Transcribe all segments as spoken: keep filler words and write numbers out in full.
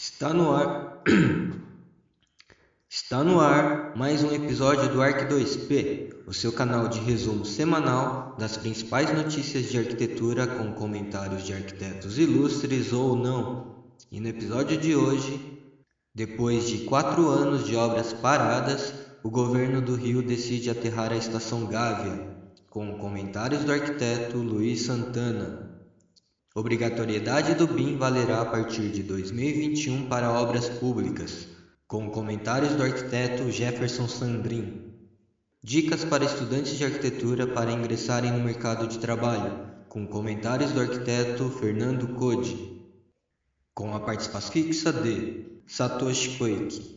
Está no ar. Está no ar mais um episódio do Arq dois P, o seu canal de resumo semanal das principais notícias de arquitetura com comentários de arquitetos ilustres ou não. E no episódio de hoje, depois de quatro anos de obras paradas, o governo do Rio decide aterrar a estação Gávea, com comentários do arquiteto Luiz Santana. Obrigatoriedade do B I M valerá a partir de dois mil e vinte e um para obras públicas, com comentários do arquiteto Jefferson Sandrin. Dicas para estudantes de arquitetura para ingressarem no mercado de trabalho, com comentários do arquiteto Fernando Code, com a participação fixa de Satoshi Koike.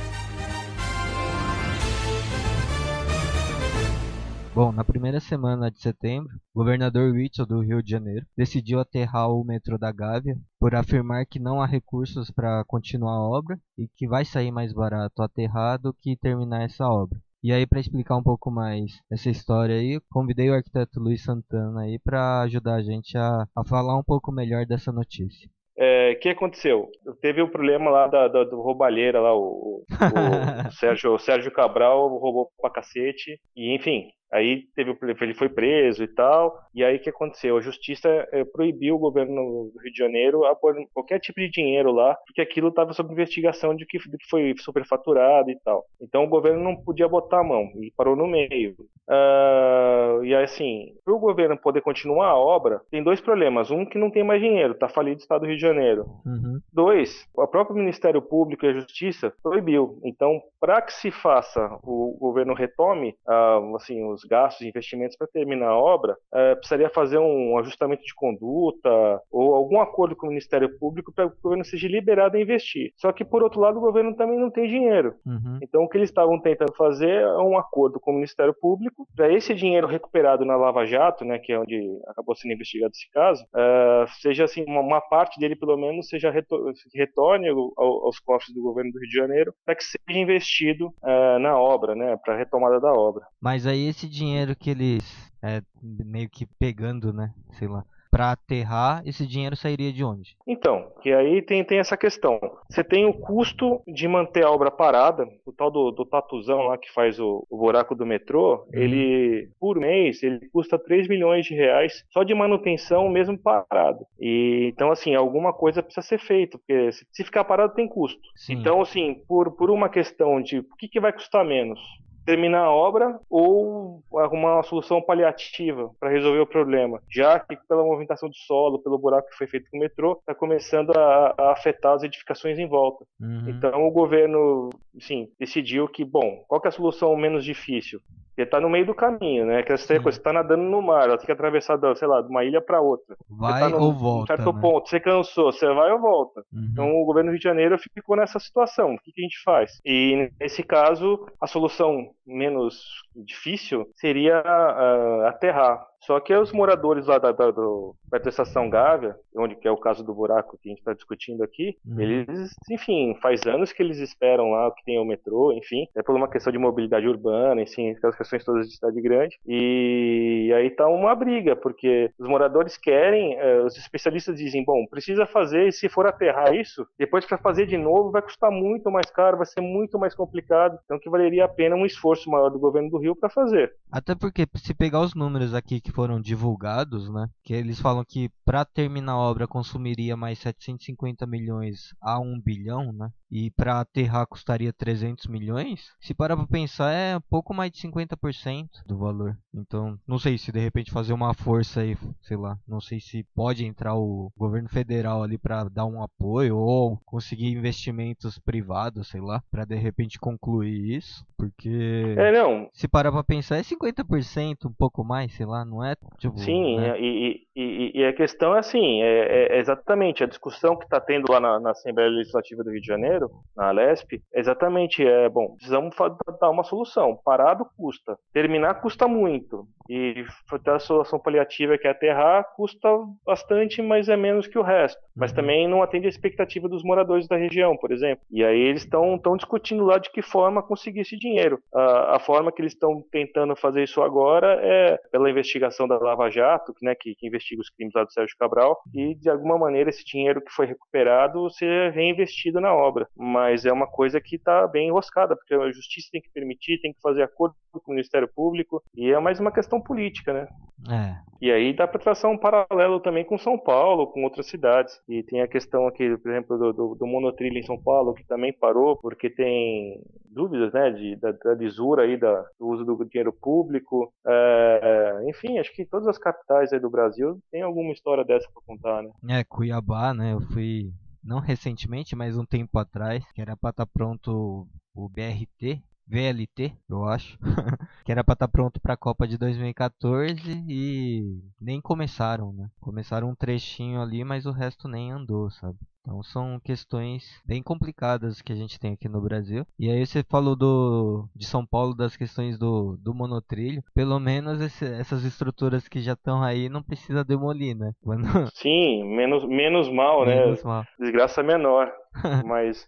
Bom, na primeira semana de setembro, o governador Witzel do Rio de Janeiro decidiu aterrar o metrô da Gávea por afirmar que não há recursos para continuar a obra e que vai sair mais barato aterrar do que terminar essa obra. E aí, para explicar um pouco mais essa história aí, convidei o arquiteto Luiz Santana aí para ajudar a gente a, a falar um pouco melhor dessa notícia. O é, que aconteceu? Teve o um problema lá da, da, do roubalheira lá, o, o, o, Sérgio, o Sérgio Cabral roubou pra cacete, e enfim, aí teve, ele foi preso e tal, e aí o que aconteceu? A justiça é, proibiu o governo do Rio de Janeiro a pôr qualquer tipo de dinheiro lá, porque aquilo estava sob investigação de que, de que foi superfaturado e tal. Então o governo não podia botar a mão, ele parou no meio. Uh, e assim, para o governo poder continuar a obra, tem dois problemas. Um, que não tem mais dinheiro, está falido o Estado do Rio de Janeiro. Uhum. Dois, o próprio Ministério Público e a Justiça proibiu. Então, para que se faça, o governo retome uh, assim, os gastos e investimentos para terminar a obra, uh, precisaria fazer um ajustamento de conduta ou algum acordo com o Ministério Público para que o governo seja liberado a investir. Só que, por outro lado, o governo também não tem dinheiro. Uhum. Então, o que eles estavam tentando fazer é um acordo com o Ministério Público para esse dinheiro recuperado na Lava Jato, né, que é onde acabou sendo investigado esse caso, uh, seja assim, uma, uma parte dele, pelo menos, seja retor- retorne ao, aos cofres do governo do Rio de Janeiro para que seja investido uh, na obra, né, para a retomada da obra. Mas aí esse dinheiro que eles é, meio que pegando, né, sei lá, para aterrar, esse dinheiro sairia de onde? Então, que aí tem, tem essa questão. Você tem o custo de manter a obra parada, o tal do, do tatuzão lá que faz o, o buraco do metrô, uhum. Ele, por mês, ele custa três milhões de reais só de manutenção mesmo parado. E, então, assim, alguma coisa precisa ser feita, porque se, se ficar parado tem custo. Sim. Então, assim, por, por uma questão de o que, que vai custar menos? Terminar a obra ou arrumar uma solução paliativa para resolver o problema, já que pela movimentação do solo, pelo buraco que foi feito com o metrô, está começando a, a afetar as edificações em volta. Uhum. Então o governo, sim, decidiu que, bom, qual que é a solução menos difícil? Porque está no meio do caminho, né? Que você está nadando no mar, ela tem que atravessar, sei lá, de uma ilha para outra. Vai você tá ou volta, um certo né? ponto, você cansou, você vai ou volta. Uhum. Então o governo do Rio de Janeiro ficou nessa situação. O que, que a gente faz? E nesse caso, a solução menos difícil seria uh, aterrar. Só que os moradores lá da, da, do, perto da estação Gávea, onde que é o caso do buraco que a gente está discutindo aqui, uhum. eles, enfim, faz anos que eles esperam lá que tem o metrô, enfim, é por uma questão de mobilidade urbana, enfim, aquelas questões todas de cidade grande, e aí tá uma briga, porque os moradores querem, uh, os especialistas dizem, bom, precisa fazer, e se for aterrar isso, depois para fazer de novo vai custar muito mais caro, vai ser muito mais complicado, então que valeria a pena um esforço maior do governo do Rio para fazer. Até porque, se pegar os números aqui que foram divulgados, né, que eles falam que para terminar a obra consumiria mais setecentos e cinquenta milhões a um bilhão, né, e para aterrar custaria trezentos milhões, se parar para pensar é um pouco mais de cinquenta por cento do valor. Então, não sei se de repente fazer uma força aí, sei lá, não sei se pode entrar o governo federal ali para dar um apoio ou conseguir investimentos privados, sei lá, para de repente concluir isso, porque é, não. se parar para pensar é cinquenta por cento, um pouco mais, sei lá, não é? Tipo, sim, né? e, e, e a questão é assim, é, é exatamente a discussão que está tendo lá na, na Assembleia Legislativa do Rio de Janeiro, Janeiro, na Alesp, exatamente, é, bom, precisamos dar uma solução. Parado custa, terminar custa muito, e ter a solução paliativa que é aterrar custa bastante, mas é menos que o resto. Mas também não atende a expectativa dos moradores da região, por exemplo. E aí eles estão discutindo lá de que forma conseguir esse dinheiro. A, a forma que eles estão tentando fazer isso agora é pela investigação da Lava Jato, né, que, que investiga os crimes lá do Sérgio Cabral, e de alguma maneira esse dinheiro que foi recuperado ser reinvestido na obra. Mas é uma coisa que está bem enroscada, porque a justiça tem que permitir, tem que fazer acordo com o Ministério Público, e é mais uma questão política, né? É. E aí dá para traçar um paralelo também com São Paulo, com outras cidades. E tem a questão aqui, por exemplo, do, do, do monotrilho em São Paulo, que também parou, porque tem dúvidas, né, de, da, da lisura aí da, do uso do dinheiro público. É, enfim, acho que todas as capitais aí do Brasil tem alguma história dessa para contar, né? É, Cuiabá, né, eu fui, não recentemente, mas um tempo atrás, que era para estar pronto o B R T, V L T, eu acho, que era para estar pronto para a Copa de dois mil e quatorze e nem começaram, né? Começaram um trechinho ali, mas o resto nem andou, sabe? Então são questões bem complicadas que a gente tem aqui no Brasil. E aí você falou do, de São Paulo, das questões do, do monotrilho. Pelo menos esse, essas estruturas que já estão aí não precisa demolir, né? Quando... Sim, menos, menos mal, menos né? mal. Desgraça menor. Mas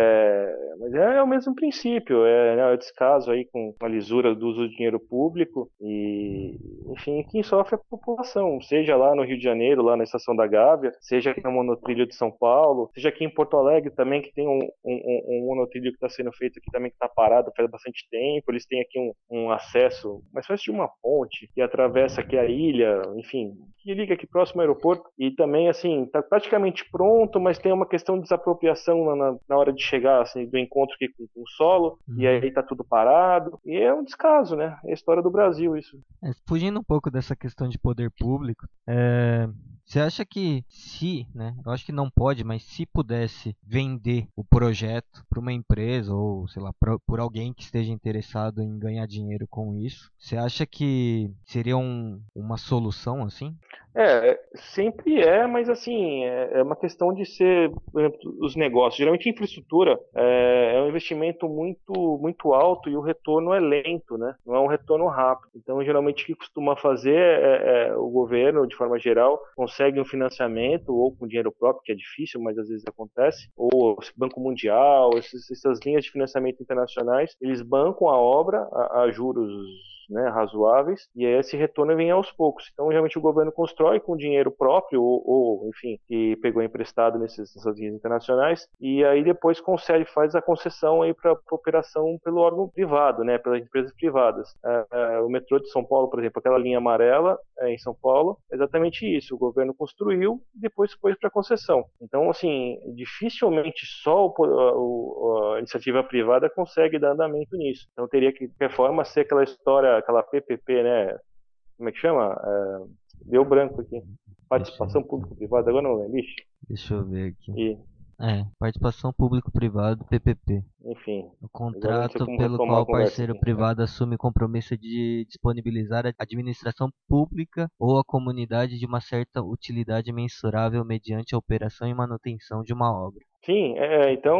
é, mas é o mesmo princípio, é, né, o descaso aí com a lisura do uso do dinheiro público e, enfim, quem sofre é a população, seja lá no Rio de Janeiro, lá na Estação da Gávea, seja aqui no monotrilho de São Paulo, seja aqui em Porto Alegre também, que tem um, um, um monotrilho que está sendo feito aqui também, que está parado faz bastante tempo. Eles têm aqui um, um acesso, uma espécie de uma ponte que atravessa aqui a ilha, enfim, que liga aqui próximo ao aeroporto, e também, assim, está praticamente pronto, mas tem uma questão de desapropriação Na, na hora de chegar, assim, do encontro aqui com, com o solo, uhum. E aí tá tudo parado, e é um descaso, né? É a história do Brasil, isso. É, fugindo um pouco dessa questão de poder público, é, você acha que se, né, eu acho que não pode, mas se pudesse vender o projeto para uma empresa ou, sei lá, pra, por alguém que esteja interessado em ganhar dinheiro com isso, você acha que seria um, uma solução, assim? É, sempre é, mas assim, é, é uma questão de ser, por exemplo, os negócios. Geralmente infraestrutura é, é um investimento muito, muito alto e o retorno é lento, né? Não é um retorno rápido. Então, geralmente o que costuma fazer é, é o governo, de forma geral, consegue um financiamento ou com dinheiro próprio, que é difícil, mas às vezes acontece, ou Banco Mundial, esses, essas linhas de financiamento internacionais, eles bancam a obra a, a juros, né, razoáveis, e aí esse retorno vem aos poucos. Então, realmente o governo constrói com dinheiro próprio ou, ou enfim, que pegou emprestado nesses, nessas linhas internacionais, e aí depois concede, faz a concessão aí para operação pelo órgão privado, né, pelas empresas privadas. É, é, o metrô de São Paulo, por exemplo, aquela linha amarela é, em São Paulo, é exatamente isso. O governo construiu e depois pôs para concessão. Então, assim, dificilmente só o, o, a iniciativa privada consegue dar andamento nisso. Então, teria que, de qualquer forma, ser aquela história, aquela P P P, né? Como é que chama? É, deu branco aqui. Participação público-privada, agora não lembro. Deixa eu ver aqui. E, é, participação público-privado, P P P. enfim. O contrato pelo qual o parceiro aqui, privado né? assume compromisso de disponibilizar a administração pública ou a comunidade de uma certa utilidade mensurável mediante a operação e manutenção de uma obra. Sim, é, então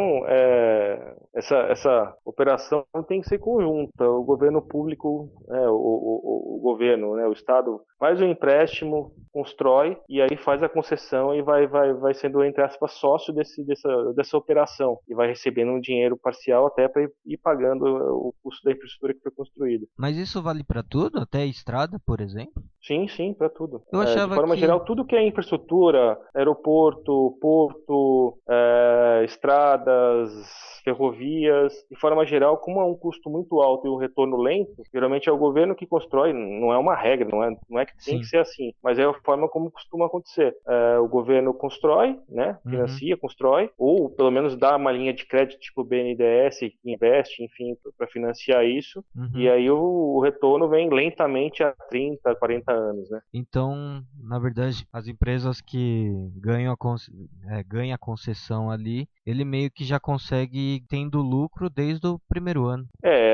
é, essa, essa operação tem que ser conjunta. O governo público, é, o, o, o governo, né, o Estado faz o empréstimo, constrói e aí faz a concessão e vai, vai, vai sendo, entre aspas, sócio desse, dessa, dessa operação e vai recebendo um dinheiro parcial até para ir, ir pagando o custo da infraestrutura que foi construída. Mas isso vale para tudo? Até a estrada, por exemplo? Sim, sim, para tudo. Eu É, achava de forma que... geral, tudo que é infraestrutura, aeroporto, porto, é, estradas, ferrovias, de forma geral, como é um custo muito alto e um retorno lento, geralmente é o governo que constrói, não é uma regra, não é, não é que tem Sim. que ser assim, mas é a forma como costuma acontecer. É, o governo constrói, né, financia, uhum. constrói, ou pelo menos dá uma linha de crédito tipo B N D E S, que investe, enfim, para financiar isso, uhum. E aí o, o retorno vem lentamente a trinta, quarenta anos, né? Então, na verdade, as empresas que ganham a, con- é, ganham a concessão ali ele meio que já consegue ir tendo lucro desde o primeiro ano.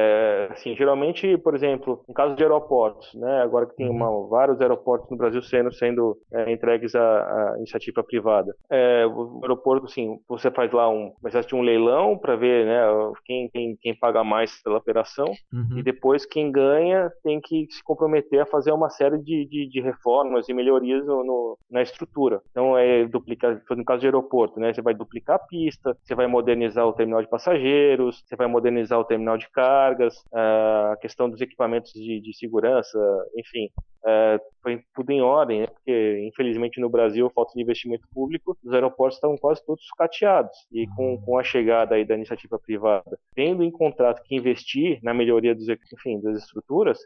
É, assim, geralmente, por exemplo, no caso de aeroportos, né, agora que tem uma, Uhum. vários aeroportos no Brasil sendo, sendo é, entregues à, à iniciativa privada. É, o aeroporto, assim, você faz lá um, uma espécie de um leilão para ver, né, quem, quem, quem paga mais pela operação, e Uhum. depois quem ganha tem que se comprometer a fazer uma série de, de, de reformas e melhorias no, no, na estrutura. Então, é duplicar, no caso de aeroporto, né, você vai duplicar a pista, você vai modernizar o terminal de passageiros, você vai modernizar o terminal de cargas, a questão dos equipamentos de, de segurança, enfim, é, foi tudo em ordem, né? Porque infelizmente no Brasil, falta de investimento público, os aeroportos estavam quase todos sucateados, e com, com a chegada aí da iniciativa privada, tendo em contrato que investir na melhoria dos, enfim, das estruturas,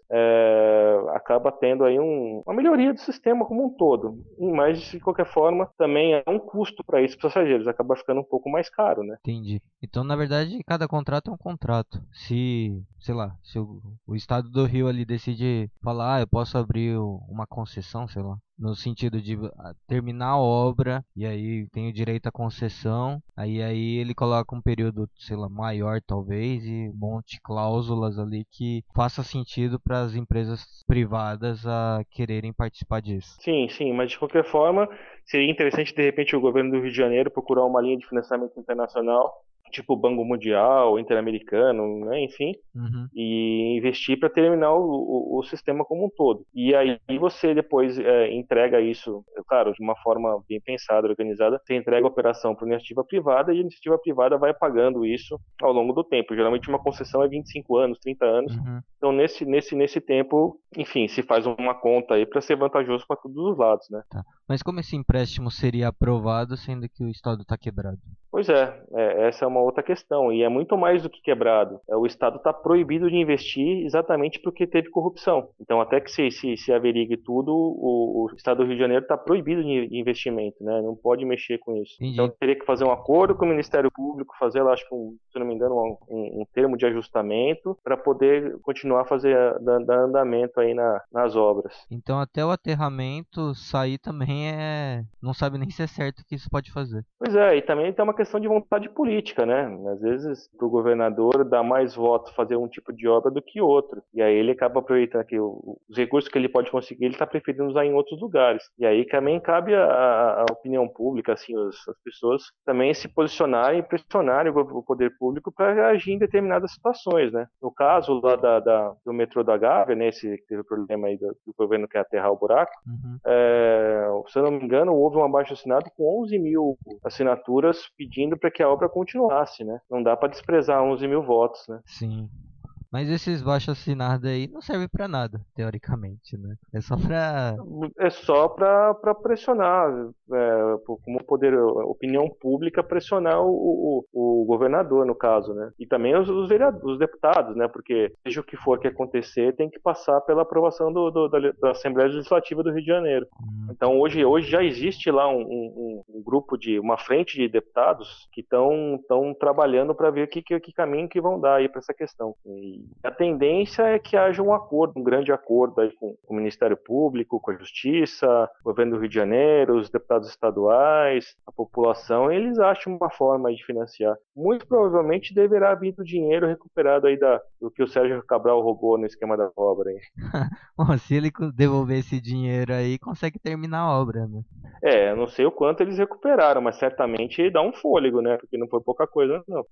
é, acaba tendo aí um, uma melhoria do sistema como um todo, mas de qualquer forma também é um custo para esses passageiros, acaba ficando um pouco mais caro, né? Entendi. Então, na verdade, cada contrato é um contrato. Se, sei lá, se o, o estado do Rio ali decide falar, ah, eu posso abrir o- uma concessão, sei lá, no sentido de ah, terminar a obra e aí tenho direito à concessão, aí aí ele coloca um período, sei lá, maior talvez e um monte de cláusulas ali que faça sentido para as empresas privadas a quererem participar disso. Sim, sim, mas de qualquer forma, seria interessante de repente o governo do Rio de Janeiro procurar uma linha de financiamento internacional, tipo o Banco Mundial, Interamericano, né, enfim, Uhum. e investir para terminar o, o, o sistema como um todo. E aí você depois é, entrega isso, claro, de uma forma bem pensada, organizada, você entrega a operação para a iniciativa privada e a iniciativa privada vai pagando isso ao longo do tempo. Geralmente uma concessão é vinte e cinco anos, trinta anos. Uhum. Então nesse, nesse, nesse tempo, enfim, se faz uma conta aí para ser vantajoso para todos os lados, né? Tá. Mas como esse empréstimo seria aprovado sendo que o estado está quebrado? Pois é, é, essa é uma outra questão, e é muito mais do que quebrado. É, o Estado está proibido de investir exatamente porque teve corrupção. Então, até que se, se, se averigue tudo, o, o Estado do Rio de Janeiro está proibido de de investimento, né? Não pode mexer com isso. Então, Entendi. teria que fazer um acordo com o Ministério Público, fazer, lá, acho que, um, se não me engano, um, um, um termo de ajustamento para poder continuar a fazer, dar, dar andamento aí na, nas obras. Então até o aterramento sair também é. Não sabe nem se é certo que isso pode fazer. Pois é, e também tem uma questão de vontade política, né? Às vezes, para o governador dá mais votos fazer um tipo de obra do que outro. E aí ele acaba aproveitando que o- os recursos que ele pode conseguir, ele está preferindo usar em outros lugares. E aí também cabe à opinião pública, assim, os, as pessoas também se posicionarem e pressionarem o, go- o poder público para agir em determinadas situações, né? No caso lá da, da- do metrô da Gávea, né? Esse que teve o problema aí do, do governo que é aterrar o buraco, Uhum. é, se eu não me engano, houve um abaixo-assinado com onze mil assinaturas pedindo para que a obra continuasse, né? Não dá para desprezar onze mil votos, né? Sim. Mas esses baixos assinados aí não servem pra nada, teoricamente, né? É só pra. É só para pressionar, é, como poder, opinião pública, pressionar o, o, o governador, no caso, né? E também os, os vereadores, os deputados, né? Porque seja o que for que acontecer, tem que passar pela aprovação do, do, da, da Assembleia Legislativa do Rio de Janeiro. Hum. Então hoje, hoje já existe lá um, um, um grupo de uma frente de deputados que estão estão trabalhando para ver que, que, que caminho que vão dar aí para essa questão. E a tendência é que haja um acordo, um grande acordo aí com, com o Ministério Público, com a Justiça, o governo do Rio de Janeiro, os deputados estaduais, a população, eles acham uma forma de financiar. Muito provavelmente deverá vir do dinheiro recuperado aí da, do que o Sérgio Cabral roubou no esquema da obra aí. Bom, se ele co- devolver esse dinheiro aí, consegue terminar a obra, né? É, eu não sei o quanto eles recuperaram, mas certamente dá um fôlego, né? Porque não foi pouca coisa, não.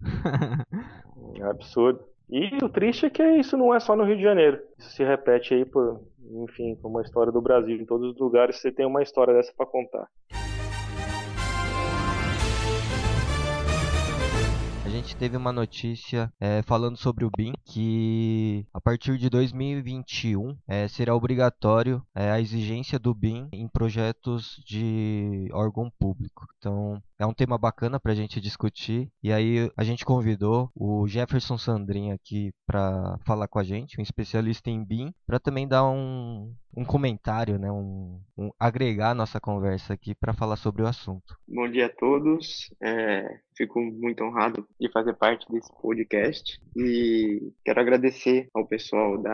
É absurdo. E o triste é que isso não é só no Rio de Janeiro. Isso se repete aí por, enfim, como a história do Brasil. Em todos os lugares você tem uma história dessa para contar. A gente teve uma notícia é, falando sobre o B I M que a partir de dois mil e vinte e um é, será obrigatório é, a exigência do B I M em projetos de órgão público. Então é um tema bacana para a gente discutir e aí a gente convidou o Jefferson Sandrin aqui para falar com a gente, um especialista em B I M, para também dar um, um comentário, né, um, um, agregar a nossa conversa aqui para falar sobre o assunto. Bom dia a todos. É, fico muito honrado de fazer parte desse podcast e quero agradecer ao pessoal da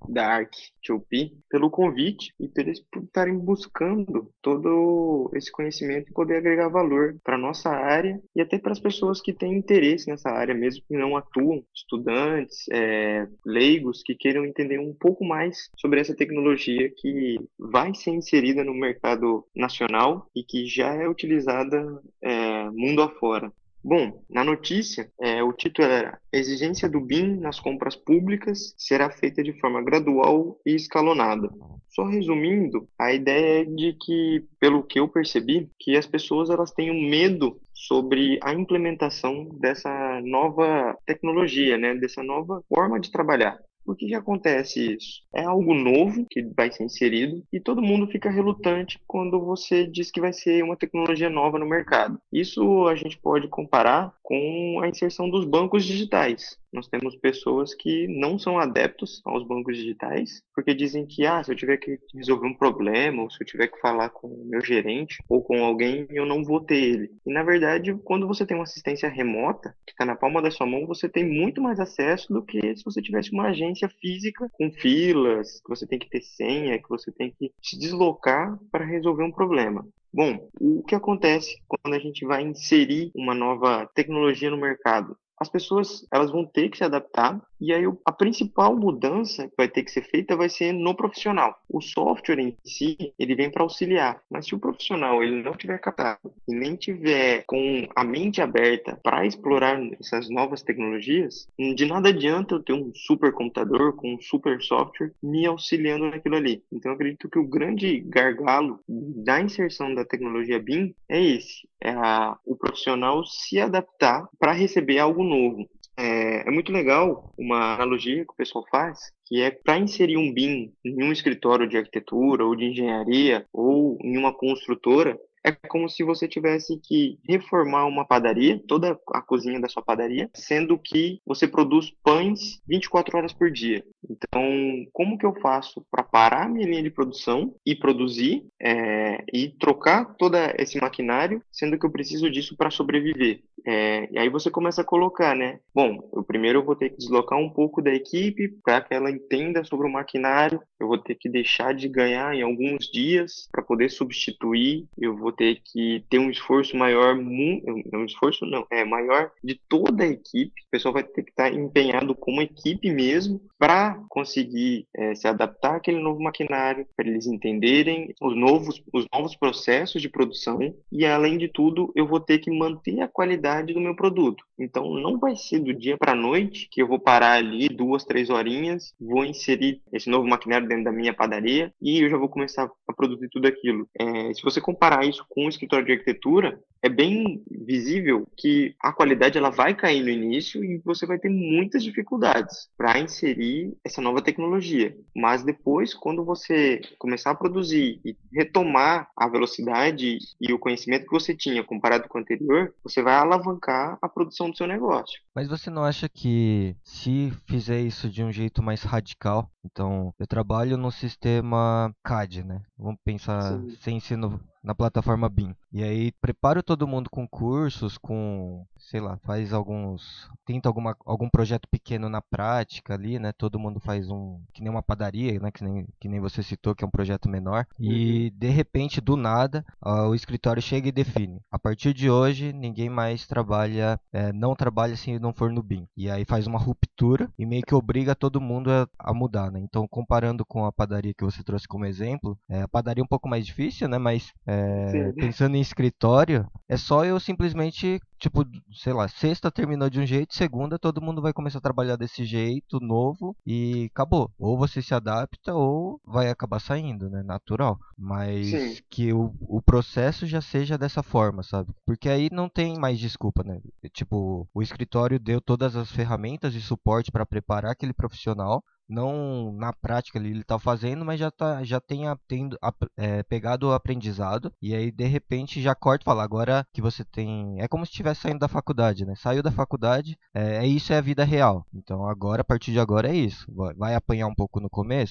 da Arc dois P pelo convite e por eles estarem buscando todo esse conhecimento e poder agregar valor para a nossa área e até para as pessoas que têm interesse nessa área, mesmo que não atuam, estudantes, é, leigos, que queiram entender um pouco mais sobre essa tecnologia que vai ser inserida no mercado nacional e que já é utilizada é, mundo afora. Bom, na notícia, é, o título era Exigência do B I M nas compras públicas será feita de forma gradual e escalonada. Só resumindo, a ideia é de que, pelo que eu percebi, que as pessoas elas têm um medo sobre a implementação dessa nova tecnologia, né, dessa nova forma de trabalhar. Por que que acontece isso? É algo novo que vai ser inserido e todo mundo fica relutante quando você diz que vai ser uma tecnologia nova no mercado. Isso a gente pode comparar com a inserção dos bancos digitais. Nós temos pessoas que não são adeptos aos bancos digitais, porque dizem que, ah, se eu tiver que resolver um problema, ou se eu tiver que falar com o meu gerente, ou com alguém, eu não vou ter ele. E, na verdade, quando você tem uma assistência remota, que está na palma da sua mão, você tem muito mais acesso do que se você tivesse uma agência física, com filas, que você tem que ter senha, que você tem que se deslocar para resolver um problema. Bom, o que acontece quando a gente vai inserir uma nova tecnologia no mercado? As pessoas elas vão ter que se adaptar e aí a principal mudança que vai ter que ser feita vai ser no profissional. O software em si, ele vem para auxiliar, mas se o profissional ele não tiver capaz e nem tiver com a mente aberta para explorar essas novas tecnologias, de nada adianta eu ter um super computador com um super software me auxiliando naquilo ali. Então eu acredito que o grande gargalo da inserção da tecnologia B I M é esse, é a, o profissional se adaptar para receber algo novo. É, é muito legal uma analogia que o pessoal faz, que é para inserir um B I M em um escritório de arquitetura ou de engenharia ou em uma construtora, é como se você tivesse que reformar uma padaria, toda a cozinha da sua padaria, sendo que você produz pães vinte e quatro horas por dia. Então, como que eu faço para parar a minha linha de produção e produzir é, e trocar todo esse maquinário, sendo que eu preciso disso para sobreviver? É, e aí você começa a colocar, né? Bom, eu primeiro eu vou ter que deslocar um pouco da equipe para que ela entenda sobre o maquinário, eu vou ter que deixar de ganhar em alguns dias para poder substituir, eu vou ter que ter um esforço maior, um esforço não, é maior de toda a equipe, o pessoal vai ter que estar empenhado como equipe mesmo para conseguir é, se adaptar àquele novo maquinário, para eles entenderem os novos, os novos processos de produção e, além de tudo, eu vou ter que manter a qualidade do meu produto. Então, não vai ser do dia para a noite que eu vou parar ali duas, três horinhas, vou inserir esse novo maquinário dentro da minha padaria e eu já vou começar a produzir tudo aquilo. É, se você comparar isso com o escritório de arquitetura, é bem visível que a qualidade ela vai cair no início e você vai ter muitas dificuldades para inserir essa nova tecnologia. Mas depois, quando você começar a produzir e retomar a velocidade e o conhecimento que você tinha comparado com o anterior, você vai alavancar a produção do seu negócio. Mas você não acha que se fizer isso de um jeito mais radical, então eu trabalho no sistema C A D, né? Vamos pensar Sim. sem ensino na plataforma B I M. E aí preparo todo mundo com cursos, com, sei lá, faz alguns, tenta alguma, algum projeto pequeno na prática ali, né? Todo mundo faz um, que nem uma padaria, né? Que nem, que nem você citou, que é um projeto menor. E de repente, do nada, uh, o escritório chega e define. A partir de hoje, ninguém mais trabalha, é, não trabalha se não for no B I M. E aí faz uma ruptura e meio que obriga todo mundo a, a mudar, né? Então, comparando com a padaria que você trouxe como exemplo, é, a padaria é um pouco mais difícil, né? Mas É, pensando em escritório, é só eu simplesmente, tipo, sei lá, sexta terminou de um jeito, segunda todo mundo vai começar a trabalhar desse jeito, novo, e acabou. Ou você se adapta ou vai acabar saindo, né? Natural. Mas Sim. que o, o processo já seja dessa forma, sabe? Porque aí não tem mais desculpa, né? Tipo, o escritório deu todas as ferramentas de suporte para preparar aquele profissional. Não na prática ele está fazendo, mas já, tá, já tem a, tendo, a, é, pegado o aprendizado. E aí de repente já corta e fala, agora que você tem... É como se estivesse saindo da faculdade, né? Saiu da faculdade, é, é isso, é a vida real. Então agora, a partir de agora é isso. Vai, vai apanhar um pouco no começo?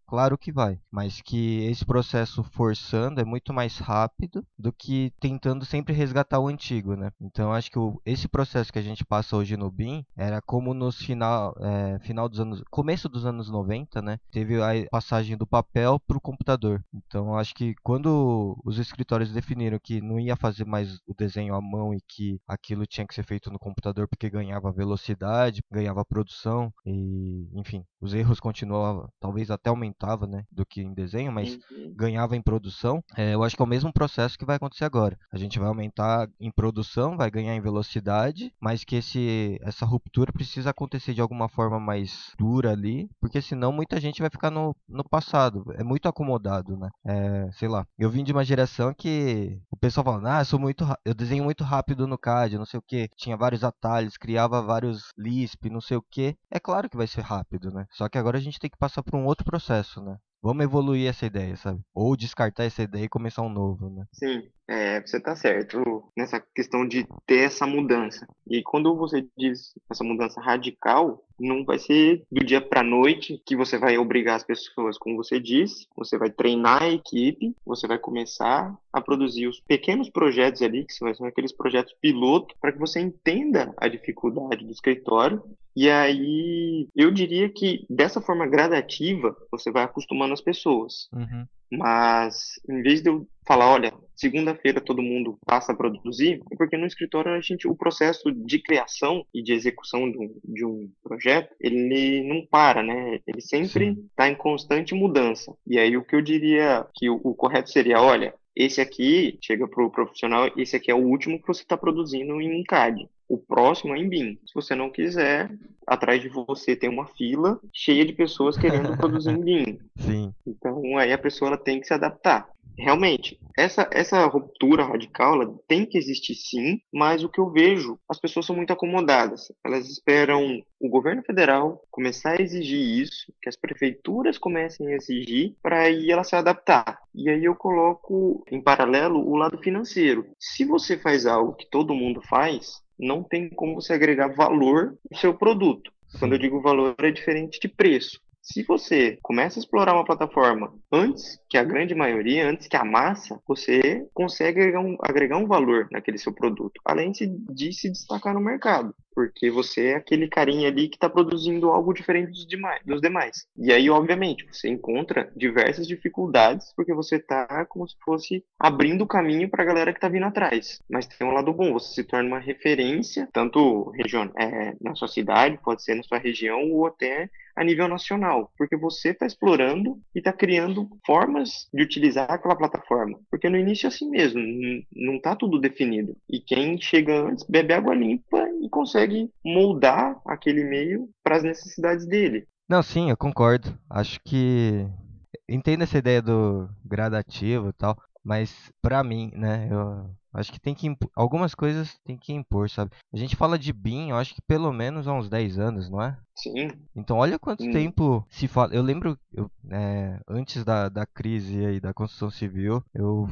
claro que vai, mas que esse processo forçando é muito mais rápido do que tentando sempre resgatar o antigo, né? Então acho que o, esse processo que a gente passa hoje no B I M era como nos final, é, final dos anos, começo dos anos noventa, né? Teve a passagem do papel para o computador. Então acho que quando os escritórios definiram que não ia fazer mais o desenho à mão e que aquilo tinha que ser feito no computador porque ganhava velocidade, ganhava produção e, enfim, os erros continuavam, talvez até aumentava, né, do que em desenho, mas Uhum. ganhava em produção. É, eu acho que é o mesmo processo que vai acontecer agora. A gente vai aumentar em produção, vai ganhar em velocidade, mas que esse, essa ruptura precisa acontecer de alguma forma mais dura ali, porque senão muita gente vai ficar no, no passado. É muito acomodado, né? É, sei lá. Eu vim de uma geração que o pessoal fala, ah, eu sou muito, ra- eu desenho muito rápido no C A D, não sei o que. Tinha vários atalhos, criava vários Lisp, não sei o que. É claro que vai ser rápido, né? Só que agora a gente tem que passar por um outro processo, né? Vamos evoluir essa ideia, sabe? Ou descartar essa ideia e começar um novo, né? Sim, é, você está certo nessa questão de ter essa mudança. E quando você diz essa mudança radical, não vai ser do dia para a noite que você vai obrigar as pessoas, como você disse, você vai treinar a equipe, você vai começar a produzir os pequenos projetos ali, que são aqueles projetos piloto, para que você entenda a dificuldade do escritório. E aí, eu diria que dessa forma gradativa, você vai acostumando as pessoas. Uhum. Mas, em vez de eu falar, olha, segunda-feira todo mundo passa a produzir, é porque no escritório a gente, o processo de criação e de execução de um, de um projeto, ele não para, né? Ele sempre Sim. está em constante mudança. E aí o que eu diria que o, o correto seria, olha, esse aqui, chega para o profissional, esse aqui é o último que você está produzindo em C A D. O próximo é em B I M. Se você não quiser, atrás de você tem uma fila cheia de pessoas querendo produzir em B I M. Sim. Então, aí a pessoa ela tem que se adaptar. Realmente, essa, essa ruptura radical ela tem que existir sim, mas o que eu vejo, as pessoas são muito acomodadas. Elas esperam o governo federal começar a exigir isso, que as prefeituras comecem a exigir, para aí ela se adaptar. E aí eu coloco em paralelo o lado financeiro. Se você faz algo que todo mundo faz, não tem como você agregar valor no seu produto. Quando eu Sim. digo valor, é diferente de preço. Se você começa a explorar uma plataforma antes que a grande maioria, antes que a massa, você consegue agregar um, agregar um valor naquele seu produto, além de, de se destacar no mercado, porque você é aquele carinha ali que está produzindo algo diferente dos demais, dos demais. E aí, obviamente, você encontra diversas dificuldades, porque você está como se fosse abrindo o caminho para a galera que está vindo atrás. Mas tem um lado bom, você se torna uma referência, tanto region, é, na sua cidade, pode ser na sua região, ou até a nível nacional, porque você está explorando e está criando formas de utilizar aquela plataforma, porque no início é assim mesmo, n- não está tudo definido, e quem chega antes bebe água limpa e consegue moldar aquele meio para as necessidades dele. Não, sim, eu concordo. Acho que entendo essa ideia do gradativo e tal, mas pra mim, né, eu acho que tem que impo- algumas coisas tem que impor, sabe? A gente fala de B I M, eu acho que pelo menos há uns dez anos, não é? Sim, Então, olha quanto hum, tempo se fala. Eu lembro, eu, é, antes da, da crise aí da construção civil, eu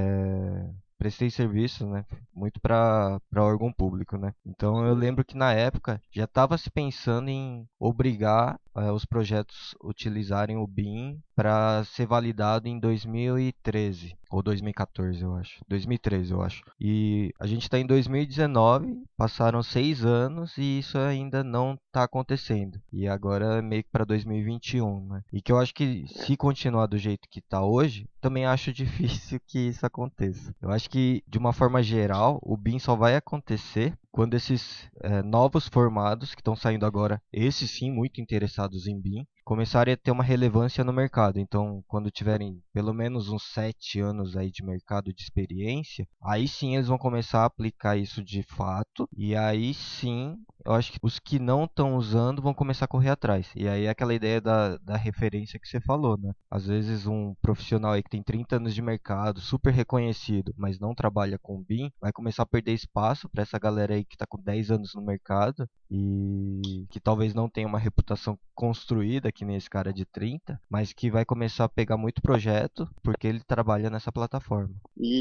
é, prestei serviço, né, muito para para órgão público, né. Então, eu lembro que na época já estava se pensando em obrigar é, os projetos utilizarem o B I M para ser validado em dois mil e treze ou dois mil e quatorze, eu acho. dois mil e treze, eu acho. E a gente está em dois mil e dezenove, passaram seis anos e isso ainda não está acontecendo. E agora é meio que para dois mil e vinte e um, né? E que eu acho que se continuar do jeito que está hoje, também acho difícil que isso aconteça. Eu acho que, de uma forma geral, o B I M só vai acontecer quando esses eh, novos formados que estão saindo agora, esses sim muito interessados em B I M, começarem a ter uma relevância no mercado. Então, quando tiverem pelo menos uns sete anos aí de mercado de experiência, aí sim eles vão começar a aplicar isso de fato. E aí sim, eu acho que os que não estão usando vão começar a correr atrás. E aí é aquela ideia da, da referência que você falou, né? Às vezes um profissional aí que tem trinta anos de mercado, super reconhecido, mas não trabalha com B I M, vai começar a perder espaço para essa galera aí que está com dez anos no mercado e que talvez não tenha uma reputação construída, que nem esse cara de trinta, mas que vai começar a pegar muito projeto porque ele trabalha nessa plataforma.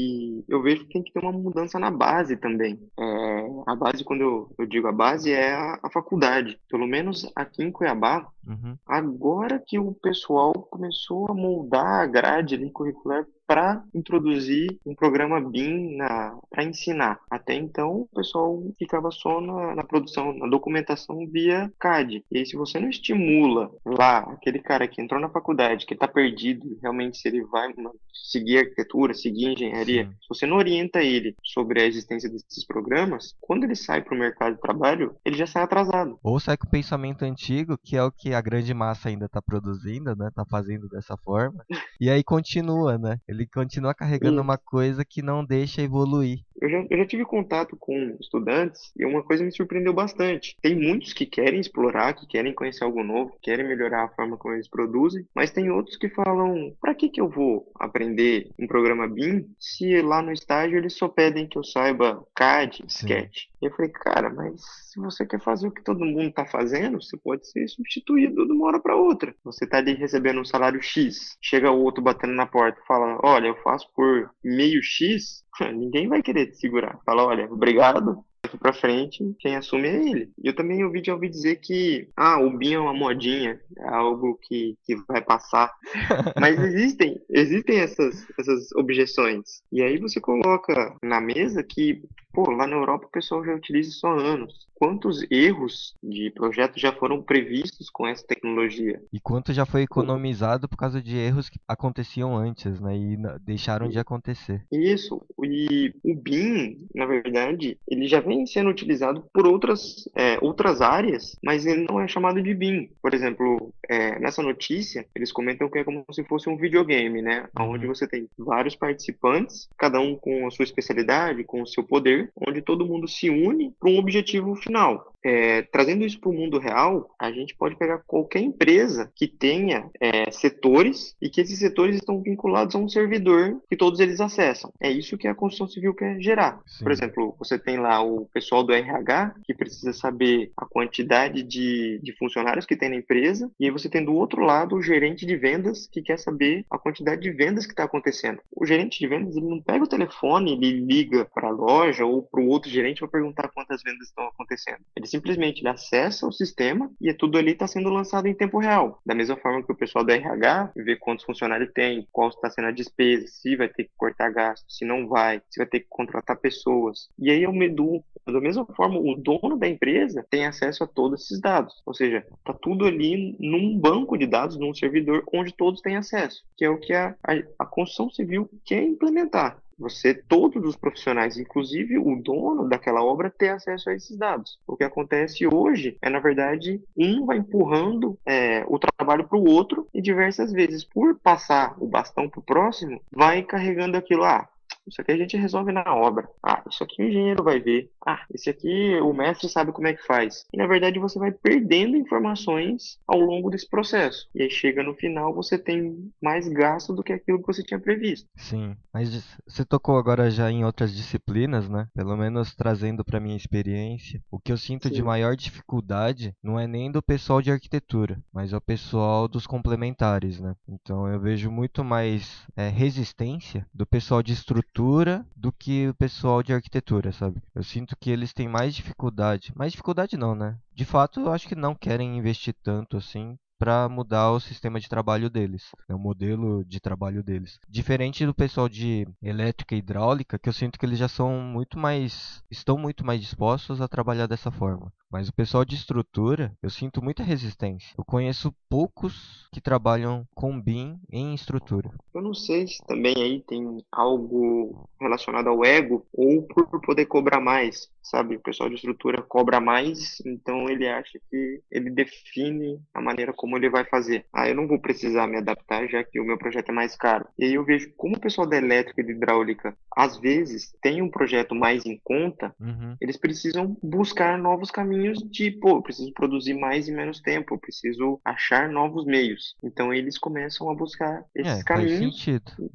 E eu vejo que tem que ter uma mudança na base também. É, a base, quando eu, eu digo a base, é a, a faculdade. Pelo menos aqui em Cuiabá, Uhum. agora que o pessoal começou a moldar a grade ali curricular para introduzir um programa B I M para ensinar. Até então, o pessoal ficava só na, na produção, na documentação via C A D. E aí, se você não estimula lá aquele cara que entrou na faculdade, que está perdido, realmente se ele vai seguir arquitetura, seguir engenharia, Sim. se você não orienta ele sobre a existência desses programas, quando ele sai para o mercado de trabalho, ele já sai atrasado. Ou sai com o pensamento antigo, que é o que a grande massa ainda está produzindo, né? Tá fazendo dessa forma. E aí continua, né? Ele continua carregando E uma coisa que não deixa evoluir. Eu já, eu já tive contato com estudantes e uma coisa me surpreendeu bastante. Tem muitos que querem explorar, que querem conhecer algo novo, que querem melhorar a forma como eles produzem, mas tem outros que falam: para que que eu vou aprender um programa B I M se lá no estágio eles só pedem que eu saiba C A D, Sim. Sketch? E eu falei: cara, mas se você quer fazer o que todo mundo está fazendo, você pode ser substituído de uma hora para outra. Você está ali recebendo um salário X, chega o outro batendo na porta e fala: olha, eu faço por meio X. Ninguém vai querer te segurar. Fala: olha, obrigado, daqui pra frente, quem assume é ele. E eu também ouvi, já ouvi dizer que ah, o B I M é uma modinha, é algo que, que vai passar. Mas existem, existem essas, essas objeções. E aí você coloca na mesa que, pô, lá na Europa o pessoal já utiliza isso há anos. Quantos erros de projetos já foram previstos com essa tecnologia? E quanto já foi economizado por causa de erros que aconteciam antes, né? E na- deixaram de acontecer. Isso, e o B I M, na verdade, ele já vem sendo utilizado por outras, é, outras áreas, mas ele não é chamado de B I M. Por exemplo, é, nessa notícia, eles comentam que é como se fosse um videogame, né? Onde Uhum. você tem vários participantes, cada um com a sua especialidade, com o seu poder, onde todo mundo se une para um objetivo final. É, trazendo isso para o mundo real, a gente pode pegar qualquer empresa que tenha é, setores e que esses setores estão vinculados a um servidor que todos eles acessam. É isso que a construção civil quer gerar. Por Sim. exemplo, você tem lá o pessoal do R H que precisa saber a quantidade de, de funcionários que tem na empresa, e aí você tem do outro lado o gerente de vendas que quer saber a quantidade de vendas que está acontecendo. O gerente de vendas, ele não pega o telefone, ele liga para a loja ou para o outro gerente para perguntar quantas vendas estão acontecendo. Ele simplesmente ele acessa o sistema e tudo ali está sendo lançado em tempo real. Da mesma forma que o pessoal do R H vê quantos funcionários tem, qual está sendo a despesa, se vai ter que cortar gasto, se não vai, se vai ter que contratar pessoas. E aí, ao medo, da mesma forma, o dono da empresa tem acesso a todos esses dados. Ou seja, está tudo ali num banco de dados, num servidor onde todos têm acesso, que é o que a, a, a construção civil quer implementar. Você, todos os profissionais, inclusive o dono daquela obra, ter acesso a esses dados. O que acontece hoje é, na verdade, um vai empurrando é, o trabalho para o outro e diversas vezes, por passar o bastão para o próximo, vai carregando aquilo. Ah, isso aqui a gente resolve na obra. Ah, isso aqui o engenheiro vai ver. Ah, esse aqui o mestre sabe como é que faz. E na verdade você vai perdendo informações ao longo desse processo. E aí chega no final, você tem mais gasto do que aquilo que você tinha previsto. Sim, mas você tocou agora já em outras disciplinas, né? Pelo menos trazendo para minha experiência, o que eu sinto de Sim. maior dificuldade não é nem do pessoal de arquitetura, mas é o pessoal dos complementares, né? Então eu vejo muito mais é, resistência do pessoal de estrutura do que o pessoal de arquitetura, sabe? Eu sinto que eles têm mais dificuldade, mais dificuldade não, né? De fato, eu acho que não querem investir tanto assim para mudar o sistema de trabalho deles, né, o modelo de trabalho deles. Diferente do pessoal de elétrica e hidráulica, que eu sinto que eles já são muito mais, estão muito mais dispostos a trabalhar dessa forma. Mas o pessoal de estrutura, eu sinto muita resistência. Eu conheço poucos que trabalham com B I M em estrutura. Eu não sei se também aí tem algo relacionado ao ego ou por poder cobrar mais, sabe? O pessoal de estrutura cobra mais, então ele acha que ele define a maneira como ele vai fazer. Ah, eu não vou precisar me adaptar, já que o meu projeto é mais caro. E aí eu vejo como o pessoal da elétrica e da hidráulica, às vezes, tem um projeto mais em conta, Uhum. eles precisam buscar novos caminhos de, pô, eu preciso produzir mais em menos tempo, eu preciso achar novos meios. Então eles começam a buscar esses É, faz caminhos sentido. Uhum.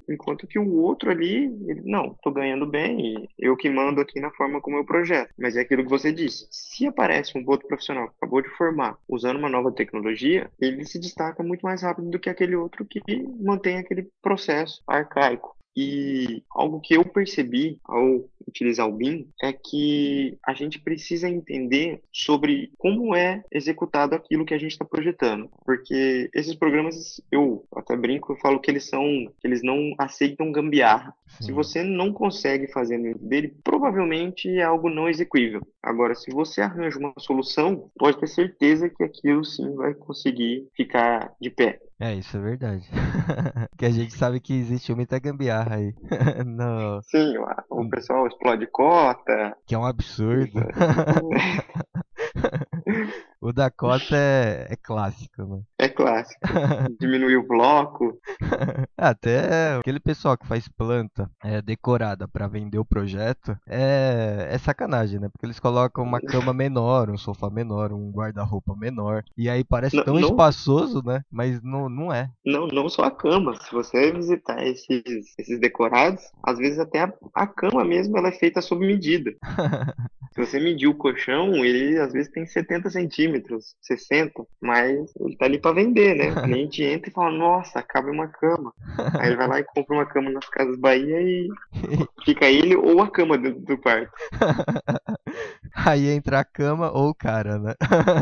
enquanto que o outro ali, ele, não, tô ganhando bem e eu que mando aqui na forma como eu projeto. Mas é aquilo que você disse, se aparece um outro profissional que acabou de formar usando uma nova tecnologia, ele se destaca muito mais rápido do que aquele outro que mantém aquele processo arcaico. E algo que eu percebi ao utilizar o B I M é que a gente precisa entender sobre como é executado aquilo que a gente está projetando. Porque esses programas, eu até brinco, eu falo que eles são, que eles não aceitam gambiarra. Sim. Se você não consegue fazer dentro dele, provavelmente é algo não execuível. Agora, se você arranja uma solução, pode ter certeza que aquilo sim vai conseguir ficar de pé. É, isso é verdade. Que a gente sabe que existe muita gambiarra aí. No... Sim, o pessoal explode cota. Que é um absurdo. O da cota é, é clássico, né? É clássico. Diminuir o bloco. Até aquele pessoal que faz planta é, decorada para vender o projeto é, é sacanagem, né? Porque eles colocam uma cama menor, um sofá menor, um guarda-roupa menor. E aí parece não, tão não, espaçoso, né? Mas não, não é. Não, não só a cama. Se você visitar esses, esses decorados, às vezes até a, a cama mesmo ela é feita sob medida. Se você medir o colchão, ele às vezes tem setenta centímetros, sessenta, mas ele tá ali para vender, né? O cliente entra e fala, nossa, cabe uma cama. Aí ele vai lá e compra uma cama nas Casas Bahia e fica ele ou a cama do, do quarto. Aí entra a cama ou o cara, né?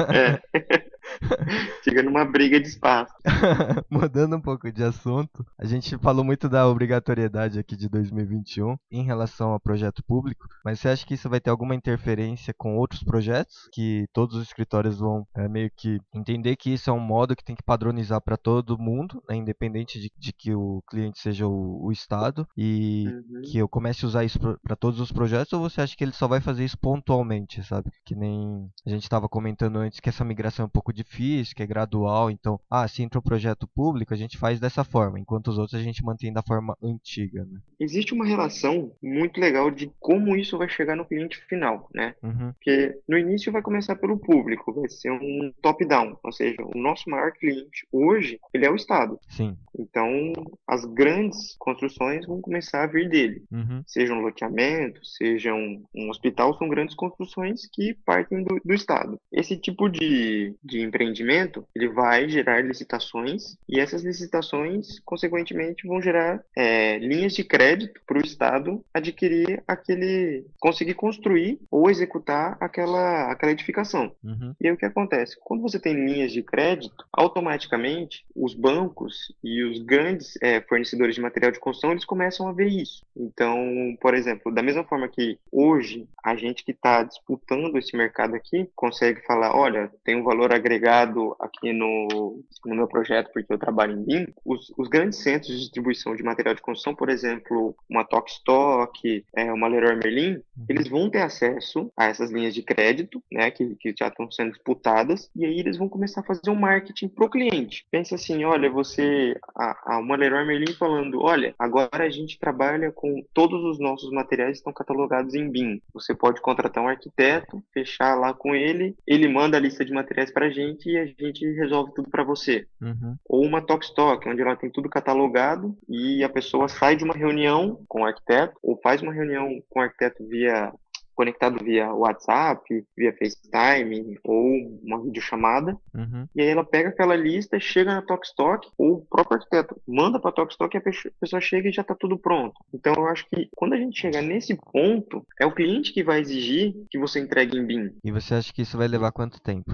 É. Fica numa briga de espaço. Mudando um pouco de assunto, a gente falou muito da obrigatoriedade aqui de dois mil e vinte e um em relação ao projeto público, mas você acha que isso vai ter alguma interferência com outros projetos? Que todos os escritórios vão é, meio que entender que isso é um modo que tem que padronizar para todo mundo, né, independente de, de que o cliente seja o, o Estado, e Uhum. que eu comece a usar isso para todos os projetos, ou você acha que ele só vai fazer isso pontualmente, sabe? Que nem a gente estava comentando antes que essa migração é um pouco difícil, que é gradual, então, ah, se entra um projeto público, a gente faz dessa forma, enquanto os outros a gente mantém da forma antiga, né? Existe uma relação muito legal de como isso vai chegar no cliente final, né? Uhum. Porque no início vai começar pelo público, vai ser um top-down, ou seja, o nosso maior cliente hoje, ele é o Estado. Sim. Então, as grandes construções vão começar a vir dele. Uhum. Seja um loteamento, seja um, um hospital, são grandes construções que partem do, do Estado. Esse tipo de, de empreendimento, ele vai gerar licitações e essas licitações, consequentemente, vão gerar é, linhas de crédito para o Estado adquirir aquele, conseguir construir ou executar aquela, aquela edificação. Uhum. E aí o que acontece? Quando você tem linhas de crédito, automaticamente os bancos e os grandes é, fornecedores de material de construção, eles começam a ver isso. Então, por exemplo, da mesma forma que hoje a gente que está disputando esse mercado aqui consegue falar, olha, tem um valor agregado aqui no, no meu projeto porque eu trabalho em B I M, os, os grandes centros de distribuição de material de construção, por exemplo, uma Tokstok, é, uma Leroy Merlin, eles vão ter acesso a essas linhas de crédito, né, que, que já estão sendo disputadas, e aí eles vão começar a fazer um marketing pro cliente. Pensa assim, olha, você, a, a uma Leroy Merlin falando, olha, agora a gente trabalha com todos os nossos materiais estão catalogados em B I M. Você pode contratar um arquiteto, fechar lá com ele, ele manda a lista de materiais pra gente e a gente resolve tudo para você. Uhum. Ou uma Tokstok, onde ela tem tudo catalogado e a pessoa sai de uma reunião com o arquiteto ou faz uma reunião com o arquiteto via conectado via WhatsApp, via FaceTime ou uma videochamada. Uhum. E aí ela pega aquela lista, chega na Tokstok, ou o próprio arquiteto manda para a Tokstok e a pessoa chega e já está tudo pronto. Então eu acho que quando a gente chegar nesse ponto, é o cliente que vai exigir que você entregue em B I M. E você acha que isso vai levar quanto tempo?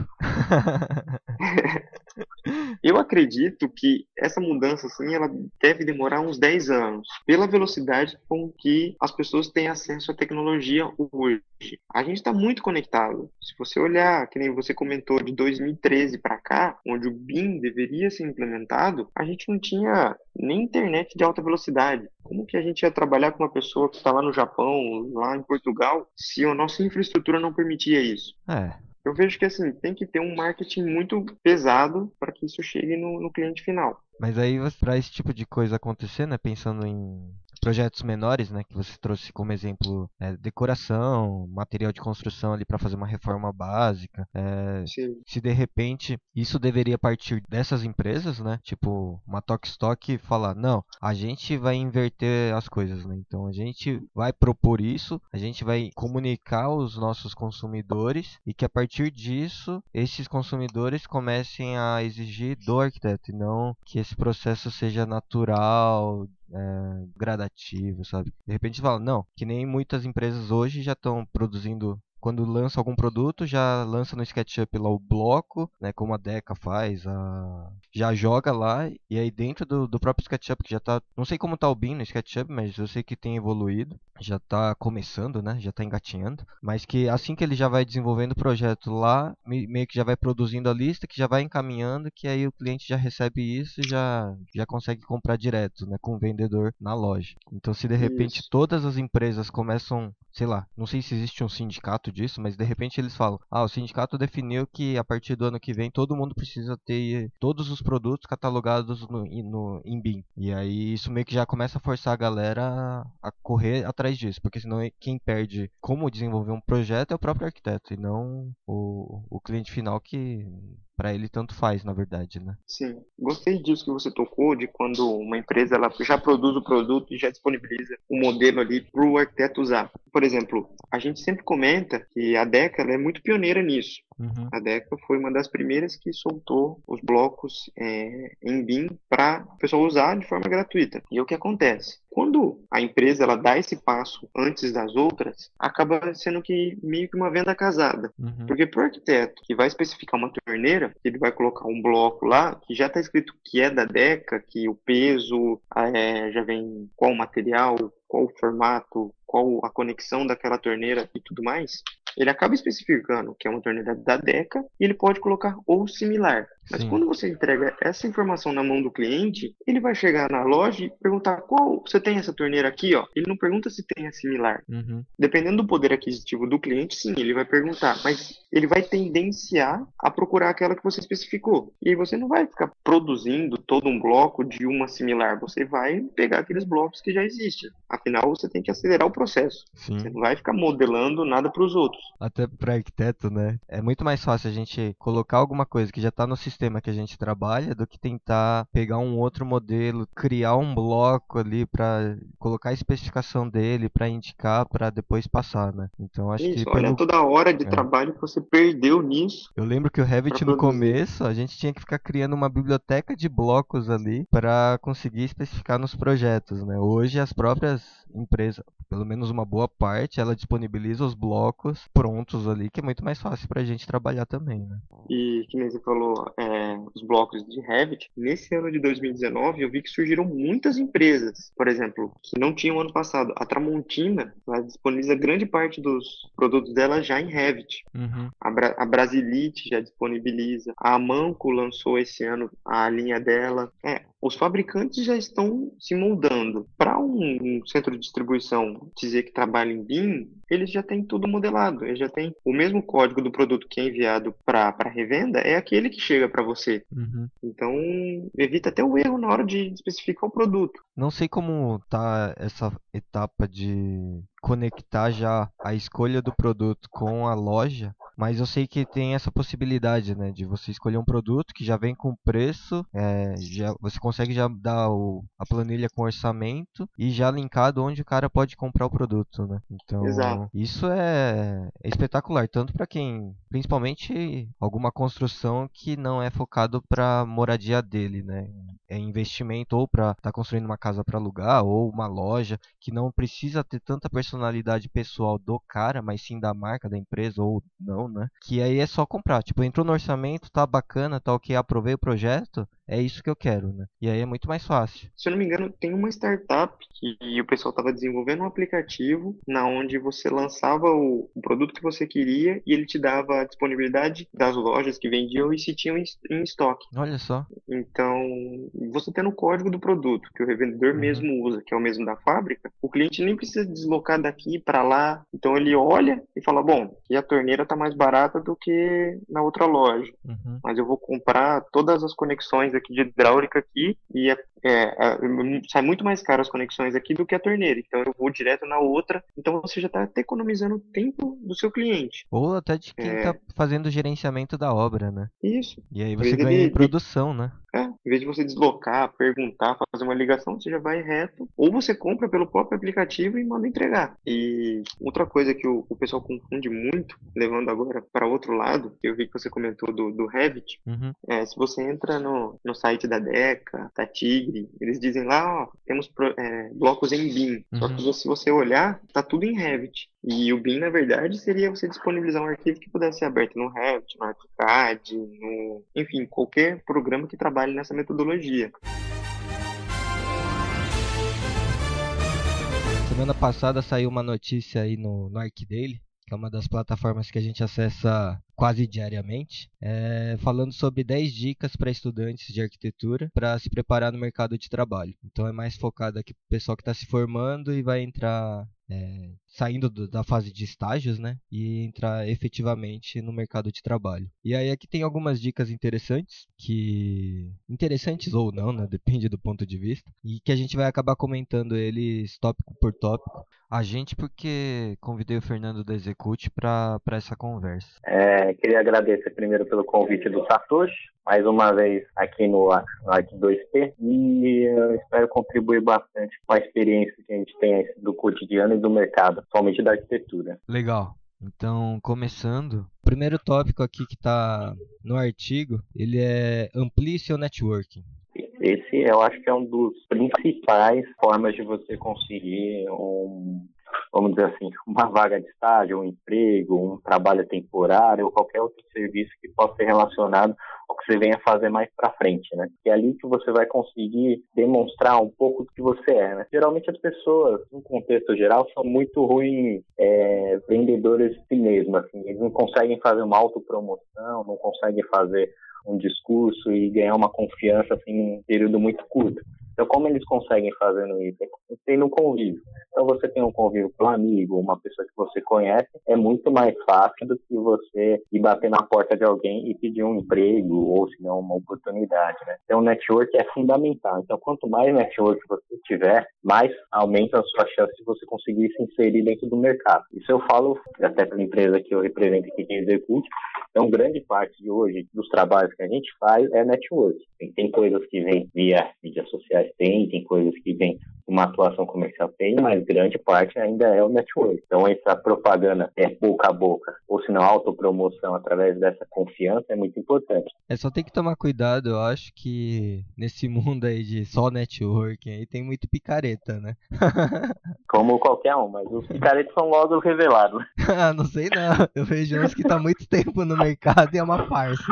Eu acredito que essa mudança, assim, ela deve demorar uns dez anos, pela velocidade com que as pessoas têm acesso à tecnologia hoje. A gente está muito conectado. Se você olhar, que nem você comentou, de dois mil e treze para cá, onde o B I M deveria ser implementado, a gente não tinha nem internet de alta velocidade. Como que a gente ia trabalhar com uma pessoa que está lá no Japão, lá em Portugal, se a nossa infraestrutura não permitia isso? É. Eu vejo que assim, tem que ter um marketing muito pesado para que isso chegue no, no cliente final. Mas aí, para esse tipo de coisa acontecer, né, pensando em projetos menores, né, que você trouxe como exemplo, é, decoração, material de construção ali para fazer uma reforma básica, é, Sim. se de repente isso deveria partir dessas empresas, né, tipo uma Tokstok falar, não, a gente vai inverter as coisas, né, então a gente vai propor isso, a gente vai comunicar aos nossos consumidores e que a partir disso esses consumidores comecem a exigir do arquiteto e não que esse processo seja natural, é, gradativo, sabe? De repente fala, não, que nem muitas empresas hoje já estão produzindo. Quando lança algum produto, já lança no SketchUp lá o bloco, né, como a Deca faz, a... já joga lá, e aí dentro do, do próprio SketchUp, que já tá, não sei como tá o B I M no SketchUp, mas eu sei que tem evoluído, já tá começando, né, já tá engatinhando, mas que assim que ele já vai desenvolvendo o projeto lá, me- meio que já vai produzindo a lista, que já vai encaminhando, que aí o cliente já recebe isso e já, já consegue comprar direto, né, com o vendedor na loja. Então se de repente Isso. todas as empresas começam, sei lá, não sei se existe um sindicato disso, mas de repente eles falam, ah, o sindicato definiu que a partir do ano que vem todo mundo precisa ter todos os produtos catalogados no, no, em B I M. E aí isso meio que já começa a forçar a galera a, a correr atrás disso, porque senão quem perde como desenvolver um projeto é o próprio arquiteto, e não o, o cliente final que para ele tanto faz, na verdade, né? Sim, gostei disso que você tocou, de quando uma empresa ela já produz o produto e já disponibiliza o modelo ali para o arquiteto usar. Por exemplo, a gente sempre comenta que a Deca ela é muito pioneira nisso. Uhum. A Deca foi uma das primeiras que soltou os blocos é, em B I M para o pessoal usar de forma gratuita. E o que acontece? Quando a empresa ela dá esse passo antes das outras, acaba sendo que meio que uma venda casada. Uhum. Porque para o arquiteto que vai especificar uma torneira, ele vai colocar um bloco lá que já está escrito que é da Deca, que o peso é, já vem qual o material, qual o formato, qual a conexão daquela torneira e tudo mais. Ele acaba especificando que é uma torneira da Deca e ele pode colocar ou similar. Mas Sim. quando você entrega essa informação na mão do cliente, ele vai chegar na loja e perguntar qual você tem essa torneira aqui, ó. Ele não pergunta se tem a similar. Uhum. Dependendo do poder aquisitivo do cliente, sim, ele vai perguntar, mas ele vai tendenciar a procurar aquela que você especificou. E aí você não vai ficar produzindo todo um bloco de uma similar, você vai pegar aqueles blocos que já existem. Afinal, você tem que acelerar o processo. Sim. Você não vai ficar modelando nada para os outros. Até para arquiteto, né? É muito mais fácil a gente colocar alguma coisa que já está no sistema que a gente trabalha do que tentar pegar um outro modelo, criar um bloco ali para colocar a especificação dele, para indicar, para depois passar, né? Então acho Isso, que olha pelo toda a hora de é. trabalho que você perdeu nisso. Eu lembro que o Revit Pra no produzir. começo a gente tinha que ficar criando uma biblioteca de blocos ali para conseguir especificar nos projetos, né? Hoje as próprias empresas, pelo menos uma boa parte, ela disponibiliza os blocos prontos ali, que é muito mais fácil para a gente trabalhar também, né? E que nem você falou, é, os blocos de Revit, nesse ano de dois mil e dezenove eu vi que surgiram muitas empresas, por exemplo, que não tinham ano passado. A Tramontina, ela disponibiliza grande parte dos produtos dela já em Revit. Uhum. A, Bra a Brasilite já disponibiliza. A Amanco lançou esse ano a linha dela. É, os fabricantes já estão se moldando. Para um, um centro de distribuição dizer que trabalha em B I M, eles já têm tudo modelado. Eles já têm o mesmo código do produto que é enviado para revenda, é aquele que chega para você. Uhum. Então, evita até o erro na hora de especificar o produto. Não sei como tá essa etapa de conectar já a escolha do produto com a loja, mas eu sei que tem essa possibilidade, né, de você escolher um produto que já vem com preço, é, já, você consegue já dar o, a planilha com orçamento e já linkado onde o cara pode comprar o produto, né? Então, Exato. isso é, é espetacular, tanto para quem, principalmente alguma construção que não é focado para moradia dele, né? É investimento ou para estar tá construindo uma casa para alugar ou uma loja que não precisa ter tanta personalidade pessoal do cara, mas sim da marca, da empresa ou não, né? Que aí é só comprar. Tipo, entrou no orçamento, tá bacana, tá ok, aprovei o projeto, é isso que eu quero, né? E aí é muito mais fácil. Se eu não me engano, tem uma startup que o pessoal estava desenvolvendo um aplicativo na onde você lançava o, o produto que você queria e ele te dava a disponibilidade das lojas que vendiam e se tinham em, em estoque. Olha só. Então, você tendo o código do produto que o revendedor Uhum. mesmo usa, que é o mesmo da fábrica, o cliente nem precisa deslocar daqui para lá. Então ele olha e fala, bom, aqui a torneira está mais barata do que na outra loja, Uhum. mas eu vou comprar todas as conexões conexões aqui de hidráulica aqui e é, é, é, sai muito mais caro as conexões aqui do que a torneira. Então eu vou direto na outra. Então você já está até economizando o tempo do seu cliente. Ou até de quem É. tá fazendo o gerenciamento da obra, né? Isso. E aí Em você vez ganha dele- em produção, né? É, em vez de você deslocar, perguntar, fazer uma ligação, você já vai reto. Ou você compra pelo próprio aplicativo e manda entregar. E outra coisa que o, o pessoal confunde muito, levando agora para outro lado, que eu vi que você comentou do, do Revit, Uhum. é, se você entra no, no site da Deca, da Tigre, eles dizem lá, ó, temos pro- é, blocos em B I M. Só que Uhum. se você olhar, tá tudo em Revit. E o B I M, na verdade, seria você disponibilizar um arquivo que pudesse ser aberto no Revit, no ArchiCAD, no... enfim, qualquer programa que trabalhe nessa metodologia. Semana passada saiu uma notícia aí no, no ArcDaily, que é uma das plataformas que a gente acessa quase diariamente, é, falando sobre dez dicas para estudantes de arquitetura para se preparar no mercado de trabalho. Então é mais focado aqui para o pessoal que está se formando e vai entrar, é, saindo do, da fase de estágios, né? E entrar efetivamente no mercado de trabalho. E aí aqui tem algumas dicas interessantes, que interessantes ou não, né? Depende do ponto de vista, e que a gente vai acabar comentando eles tópico por tópico. A gente porque convidei o Fernando da Execute para essa conversa. É, queria agradecer primeiro pelo convite do Satoshi, mais uma vez aqui no, no Arc dois P, e eu espero contribuir bastante com a experiência que a gente tem do cotidiano e do mercado, somente da arquitetura. Legal. Então, começando, o primeiro tópico aqui que está no artigo, ele é amplie seu networking. Esse eu acho que é um dos principais formas de você conseguir um, vamos dizer assim, uma vaga de estágio, um emprego, um trabalho temporário ou qualquer outro serviço que possa ser relacionado ao que você venha fazer mais para frente, né? E é ali que você vai conseguir demonstrar um pouco do que você é, né? Geralmente as pessoas, no contexto geral, são muito ruins é, vendedores de si mesmos, assim. Eles não conseguem fazer uma autopromoção, não conseguem fazer um discurso e ganhar uma confiança assim, em um período muito curto. Então, como eles conseguem fazendo isso? É tendo um convívio. Então, você tem um convívio com um amigo, uma pessoa que você conhece, é muito mais fácil do que você ir bater na porta de alguém e pedir um emprego ou, se não, uma oportunidade, né? Então, o network é fundamental. Então, quanto mais network você tiver, mais aumenta a sua chance de você conseguir se inserir dentro do mercado. Isso eu falo até para a empresa que eu represento aqui, que é Execute. Então, grande parte de hoje dos trabalhos que a gente faz é network. Tem, tem coisas que vêm via mídias sociais, tem, tem coisas que vêm uma atuação comercial, tem, mas grande parte ainda é o network. Então, essa propaganda é boca a boca, ou se não, autopromoção através dessa confiança é muito importante. É só tem que tomar cuidado, eu acho que nesse mundo aí de só networking aí tem muito picareta, né? Como qualquer um, mas os picaretas são logo revelados. Ah, não sei não, eu vejo uns que tá muito tempo no mercado e é uma farsa.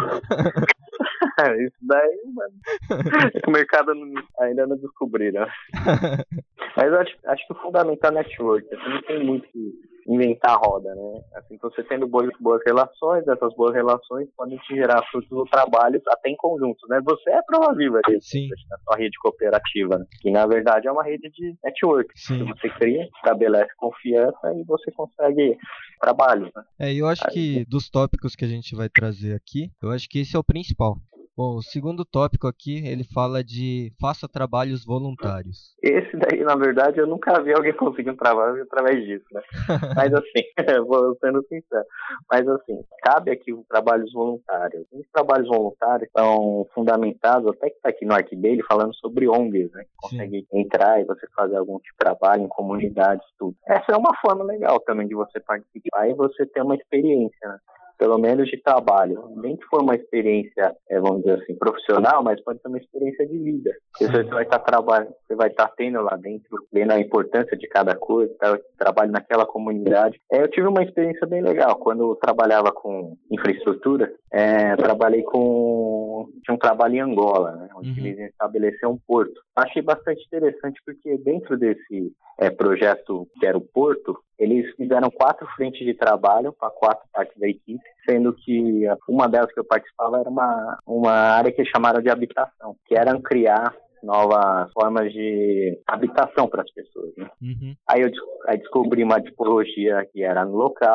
Isso daí, mano. O mercado não, ainda não descobriram. Mas eu acho, acho que o fundamental é network. Você não tem muito que inventar a roda, né? Assim, você tendo boas, boas relações, essas boas relações podem te gerar frutos do trabalho até em conjunto, né? Você é a prova viva disso, na sua rede cooperativa, né? Que na verdade é uma rede de network. Sim. Que você cria, estabelece confiança e você consegue trabalho, né? É, eu acho que dos tópicos que a gente vai trazer aqui, eu acho que esse é o principal. Bom, o segundo tópico aqui, ele fala de faça trabalhos voluntários. Esse daí, na verdade, eu nunca vi alguém conseguir um trabalho através disso, né? Mas assim, vou sendo sincero, mas assim, cabe aqui os trabalhos voluntários. Os trabalhos voluntários são fundamentados, até que está aqui no ArcDaily, falando sobre O N Gs, né? Consegue Sim. entrar e você fazer algum tipo de trabalho em comunidades, tudo. Essa é uma forma legal também de você participar e você ter uma experiência, né? Pelo menos de trabalho. Nem que for uma experiência, é, vamos dizer assim, profissional, mas pode ser uma experiência de vida. Porque você vai estar trabalhando, você vai estar tendo lá dentro, vendo a importância de cada coisa, tá, trabalho naquela comunidade. É, eu tive uma experiência bem legal. Quando eu trabalhava com infraestrutura, é, trabalhei com... tinha um trabalho em Angola, né, onde uhum. eles estabeleceram um porto. Achei bastante interessante porque dentro desse é, projeto que era o porto, eles fizeram quatro frentes de trabalho para quatro partes da equipe, sendo que uma delas que eu participava era uma, uma área que eles chamaram de habitação, que era criar novas formas de habitação para as pessoas, né? Uhum. Aí eu aí descobri uma tipologia que era no local,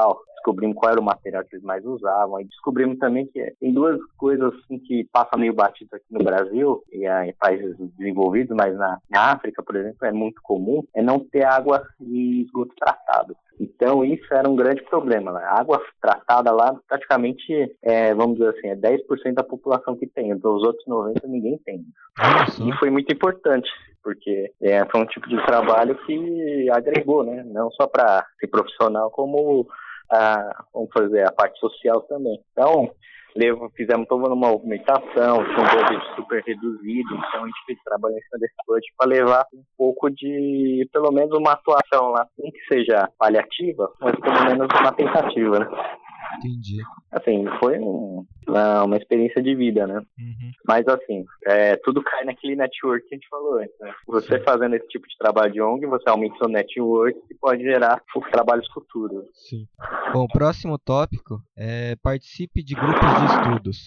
descobrimos qual era o material que eles mais usavam, e descobrimos também que tem duas coisas assim que passam meio batido aqui no Brasil, e é, em países desenvolvidos, mas na, na África, por exemplo, é muito comum, é não ter água e esgoto tratado. Então isso era um grande problema, né? A água tratada lá praticamente, é, vamos dizer assim, é dez por cento da população que tem, então os outros noventa por cento ninguém tem. E foi muito importante, porque é, foi um tipo de trabalho que agregou, né? Não só para ser profissional, como a, vamos fazer, a parte social também. Então, levo, fizemos toda uma movimentação, com um budget super reduzido, então a gente fez trabalho em cima desse budget para levar um pouco de, pelo menos uma atuação lá, nem que seja paliativa, mas pelo menos uma tentativa, né? Entendi. Assim, foi um, uma, uma experiência de vida, né? Uhum. Mas assim, é, tudo cai naquele network que a gente falou antes, né? Você fazendo esse tipo de trabalho de O N G, você aumenta o seu network e pode gerar os trabalhos futuros. Sim. Bom, o próximo tópico é participe de grupos de estudos.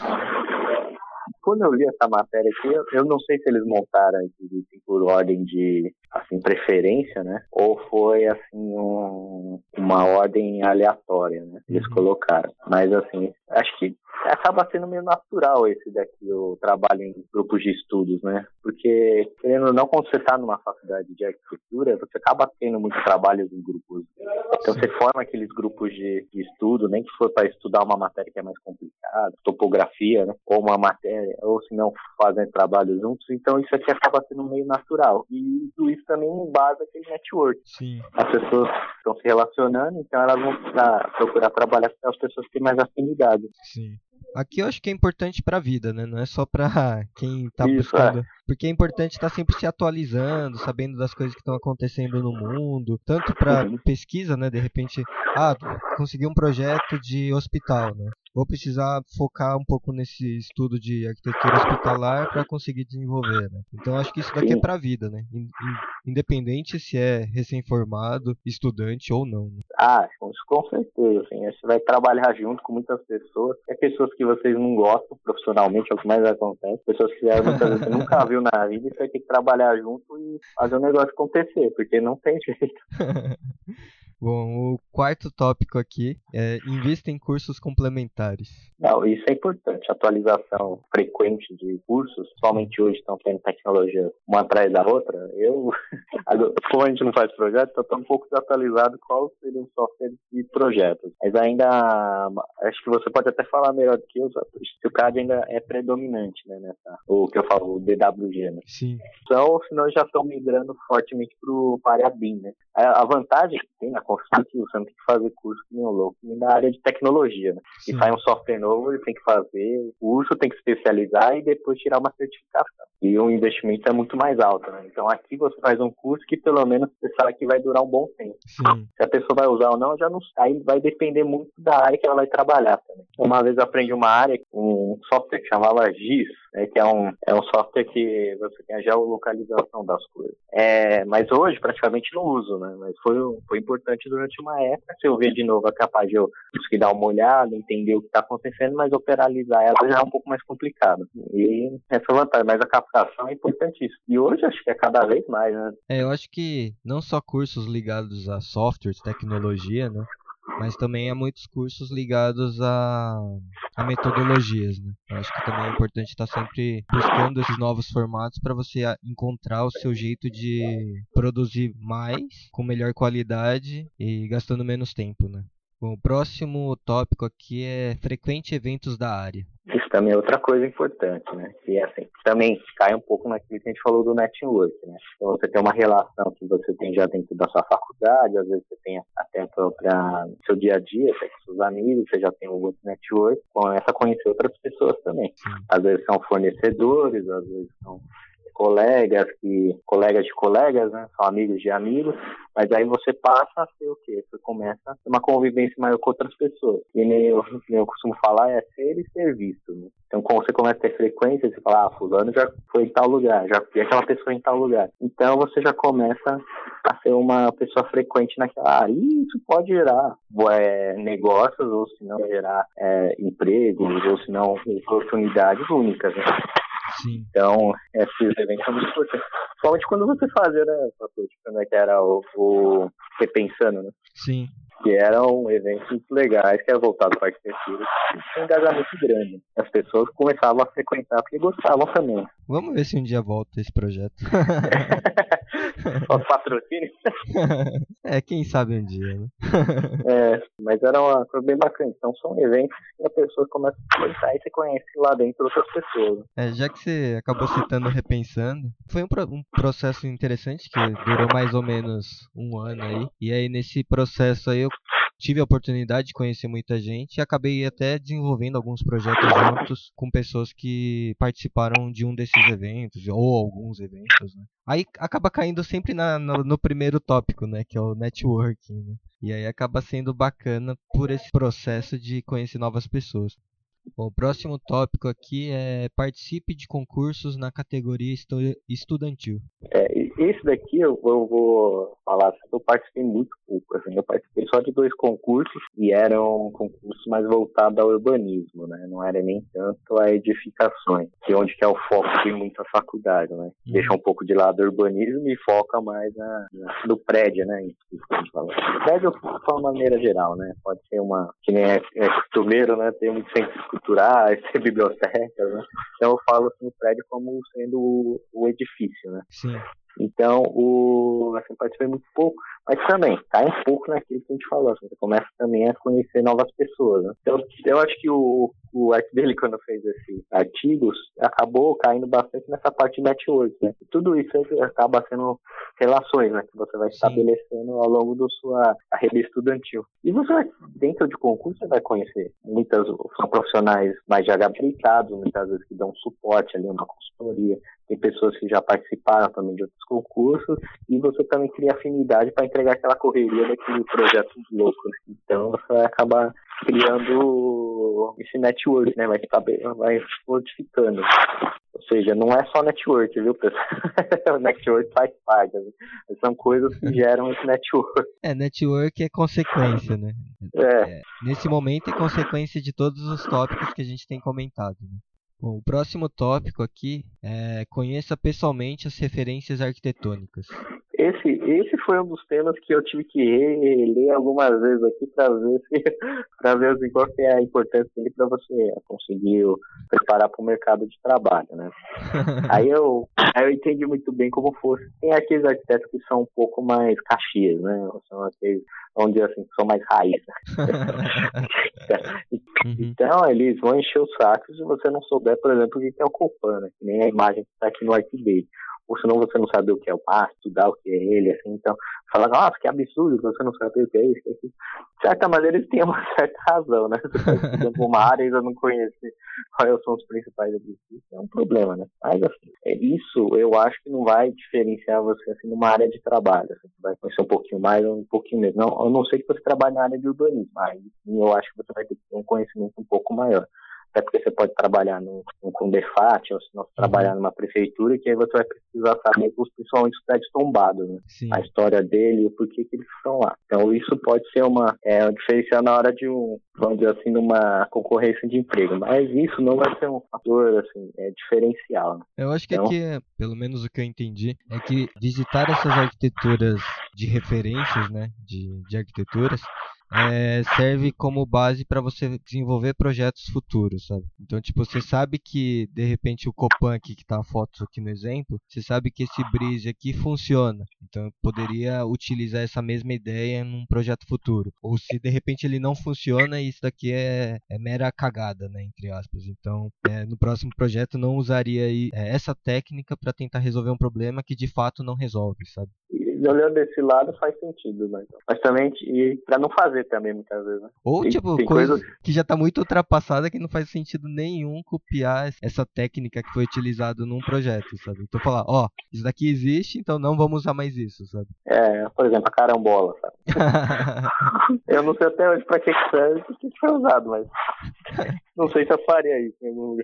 Quando eu li essa matéria aqui, eu, eu não sei se eles montaram isso por ordem de, assim, preferência, né? Ou foi, assim, um, uma ordem aleatória, né? Eles colocaram. Mas, assim, acho que acaba sendo meio natural esse daqui, o trabalho em grupos de estudos, né? Porque, querendo ou não, quando você está numa faculdade de arquitetura, você acaba tendo muitos trabalhos em grupos. Então, você forma aqueles grupos de, de estudo, nem que for para estudar uma matéria que é mais complicada, topografia, né? Ou uma matéria, ou se não, fazendo trabalho juntos. Então, isso aqui acaba sendo meio natural. E tudo isso também embasa aquele network. Sim. As pessoas estão se relacionando, então elas vão pra, procurar trabalhar com as pessoas que têm mais afinidade. Sim. Aqui eu acho que é importante para a vida, né? Não é só para quem tá Isso, buscando. É. Porque é importante estar sempre se atualizando, sabendo das coisas que estão acontecendo no mundo, tanto para Uhum. pesquisa, né? De repente, ah, consegui um projeto de hospital, né? Vou precisar focar um pouco nesse estudo de arquitetura hospitalar para conseguir desenvolver, né? Então acho que isso daqui Sim. é para a vida, né? Independente se é recém-formado, estudante ou não. Né? Ah, com, com certeza, assim, você vai trabalhar junto com muitas pessoas, é pessoas que vocês não gostam profissionalmente, é o que mais acontece, pessoas que muitas vezes você nunca viu na vida e você vai ter que trabalhar junto e fazer o negócio acontecer, porque não tem jeito. Bom, o quarto tópico aqui é invista em cursos complementares. Não, isso é importante, atualização frequente de cursos, somente hoje estão tendo tecnologia uma atrás da outra. Eu, como a gente não faz projeto, eu estou um pouco desatualizado qual seria o software de projetos. Mas ainda, acho que você pode até falar melhor do que eu, se o C A D ainda é predominante, né, nessa, o que eu falo, o D W G, né? Sim. Então, senão já estão migrando fortemente para a B I M, né? A vantagem que tem na construção é que você não tem que fazer curso que nem o louco na área de tecnologia, né? Sim. E sai um software novo, ele tem que fazer o curso, tem que se especializar e depois tirar uma certificação. E o investimento é muito mais alto, né? Então aqui você faz um curso que pelo menos você sabe que vai durar um bom tempo. Sim. Se a pessoa vai usar ou não, já não aí vai depender muito da área que ela vai trabalhar também. Uma vez eu aprendi uma área, um software que chamava GIS, né, que é um, é um software que você tem a geolocalização das coisas. É, mas hoje praticamente não uso, né? Mas foi, foi importante durante uma época. Se eu ver de novo, é capaz de eu conseguir dar uma olhada, entender o que está acontecendo, mas operalizar ela já é um pouco mais complicado. E essa é a vantagem, mas a captação é importantíssima. E hoje acho que é cada vez mais, né? É, eu acho que não só cursos ligados a softwares, tecnologia, né? Mas também há muitos cursos ligados a, a metodologias, né? Eu acho que também é importante estar sempre buscando esses novos formatos para você encontrar o seu jeito de produzir mais, com melhor qualidade e gastando menos tempo, né? Bom, o próximo tópico aqui é frequente eventos da área. Isso também é outra coisa importante, né? Que assim, também cai um pouco naquilo que a gente falou do network, né? Então você tem uma relação que você tem já dentro da sua faculdade, às vezes você tem até para o seu dia a dia, até com seus amigos, você já tem um outro network, começa a conhecer outras pessoas também. Sim. Às vezes são fornecedores, às vezes são colegas, que, colegas de colegas, né? São amigos de amigos, mas aí você passa a ser o quê? Você começa a ter uma convivência maior com outras pessoas. E nem eu, nem eu costumo falar, é ser e ser visto, né? Então, quando você começa a ter frequência, você fala, ah, fulano já foi em tal lugar, já vi aquela pessoa em tal lugar. Então, você já começa a ser uma pessoa frequente naquela área. E isso pode gerar é, negócios, ou se não gerar é, empregos, ou se não oportunidades únicas, né? Sim. Então, esses eventos são muito importantes. Principalmente quando você fazia, né, como é que era o, o repensando, né? Sim. que eram eventos muito legais, que era voltado para a arquitetura, tinha um engajamento grande. As pessoas começavam a frequentar porque gostavam também. Vamos ver se um dia volta esse projeto. Os patrocínios? É, quem sabe um dia, né? É, mas era uma coisa bem bacana. Então são eventos que a pessoa começa a frequentar e você conhece lá dentro outras pessoas. É, já que você acabou citando Repensando, foi um, pro, um processo interessante que durou mais ou menos um ano aí. E aí nesse processo aí eu tive a oportunidade de conhecer muita gente e acabei até desenvolvendo alguns projetos juntos com pessoas que participaram de um desses eventos, ou alguns eventos, né? Aí acaba caindo sempre na, no, no primeiro tópico, né? Que é o networking, né? E aí acaba sendo bacana por esse processo de conhecer novas pessoas. Bom, o próximo tópico aqui é participe de concursos na categoria estu estudantil. É, esse daqui eu, eu vou falar, eu participei muito pouco, assim, eu participei só de dois concursos e eram concursos mais voltados ao urbanismo, né? Não era nem tanto a edificações, que é onde que é o foco de muita faculdade, né? Uhum. Deixa um pouco de lado o urbanismo e foca mais na, na, no prédio, né? O prédio de uma maneira geral, né? Pode ser uma, que nem é, é costumeiro, né? Tem muitos centros culturais, tem bibliotecas, né? Então eu falo assim, o prédio como sendo o, o edifício, né? Sim. Então, o, assim, participei muito pouco, mas também cai um pouco naquilo que a gente falou, assim, você começa também a conhecer novas pessoas, né? Então, eu acho que o, o arte dele, quando fez esses artigos, acabou caindo bastante nessa parte de network, né? E tudo isso acaba sendo relações, né? Que você vai estabelecendo ao longo da sua carreira estudantil. E você vai, dentro de concurso, você vai conhecer muitas, são profissionais mais já gabaritados, muitas vezes que dão suporte ali, uma consultoria. Tem pessoas que já participaram também de outros concursos e você também cria afinidade para entregar aquela correria daquele projeto louco, né? Então você vai acabar criando esse network, né? Vai, vai fortificando. Ou seja, não é só network, viu, pessoal? O network faz parte. Né? São coisas que geram esse network. É, network é consequência, né? É. É, nesse momento é consequência de todos os tópicos que a gente tem comentado, né? Bom, o próximo tópico aqui é conheça pessoalmente as referências arquitetônicas. Esse, esse foi um dos temas que eu tive que reler algumas vezes aqui para ver se, para ver assim, qual que é a importância dele para você conseguir preparar para o mercado de trabalho, né? aí, eu, aí eu entendi muito bem como fosse. Tem aqueles arquitetos que são um pouco mais caxias, né? São aqueles, vamos dizer assim, que são mais raiz. Então, eles vão encher os sacos se você não souber, por exemplo, o que é o Copan, né? Que nem a imagem que está aqui no Arquidei. Ou senão você não sabe o que é o mar, estudar o que é ele, assim, então, fala, nossa, que absurdo, você não sabe o que é isso, que é isso. De certa maneira, eles têm uma certa razão, né? Você está estudando uma área e ainda não conhece quais são os principais objetivos, é um problema, né? Mas, assim, é isso eu acho que não vai diferenciar você, assim, numa área de trabalho, assim, você vai conhecer um pouquinho mais ou um pouquinho menos. Não, eu não sei que você trabalha na área de urbanismo, mas eu acho que você vai ter que ter um conhecimento um pouco maior. Até porque você pode trabalhar no, no Condefat, ou se não trabalhar numa prefeitura, que aí você vai precisar saber, principalmente os prédios tombados, né? Sim. A história dele e o porquê que eles estão lá. Então isso pode ser uma, é, um diferencial na hora de um, vamos dizer assim, numa concorrência de emprego. Mas isso não vai ser um fator, assim, é, diferencial, né? Eu acho que então, aqui, pelo menos o que eu entendi, é que visitar essas arquiteturas de referências, né, de, de arquiteturas, É, serve como base para você desenvolver projetos futuros, sabe? Então, tipo, você sabe que, de repente, o Copan aqui, que tá a foto aqui no exemplo, você sabe que esse Breeze aqui funciona. Então, eu poderia utilizar essa mesma ideia num projeto futuro. Ou se, de repente, ele não funciona, isso daqui é, é mera cagada, né? Entre aspas. Então, é, no próximo projeto, não usaria aí, é, essa técnica para tentar resolver um problema que, de fato, não resolve, sabe? E olhando desse lado faz sentido, né? Mas também, e pra não fazer também, muitas vezes, né? Ou, tem, tipo, tem coisa coisas... que já tá muito ultrapassada, que não faz sentido nenhum copiar essa técnica que foi utilizada num projeto, sabe? Então falar, ó, oh, isso daqui existe, então não vamos usar mais isso, sabe? É, por exemplo, a carambola, sabe? Eu não sei até hoje pra que serve, por que foi usado, mas não sei se eu faria isso em algum lugar.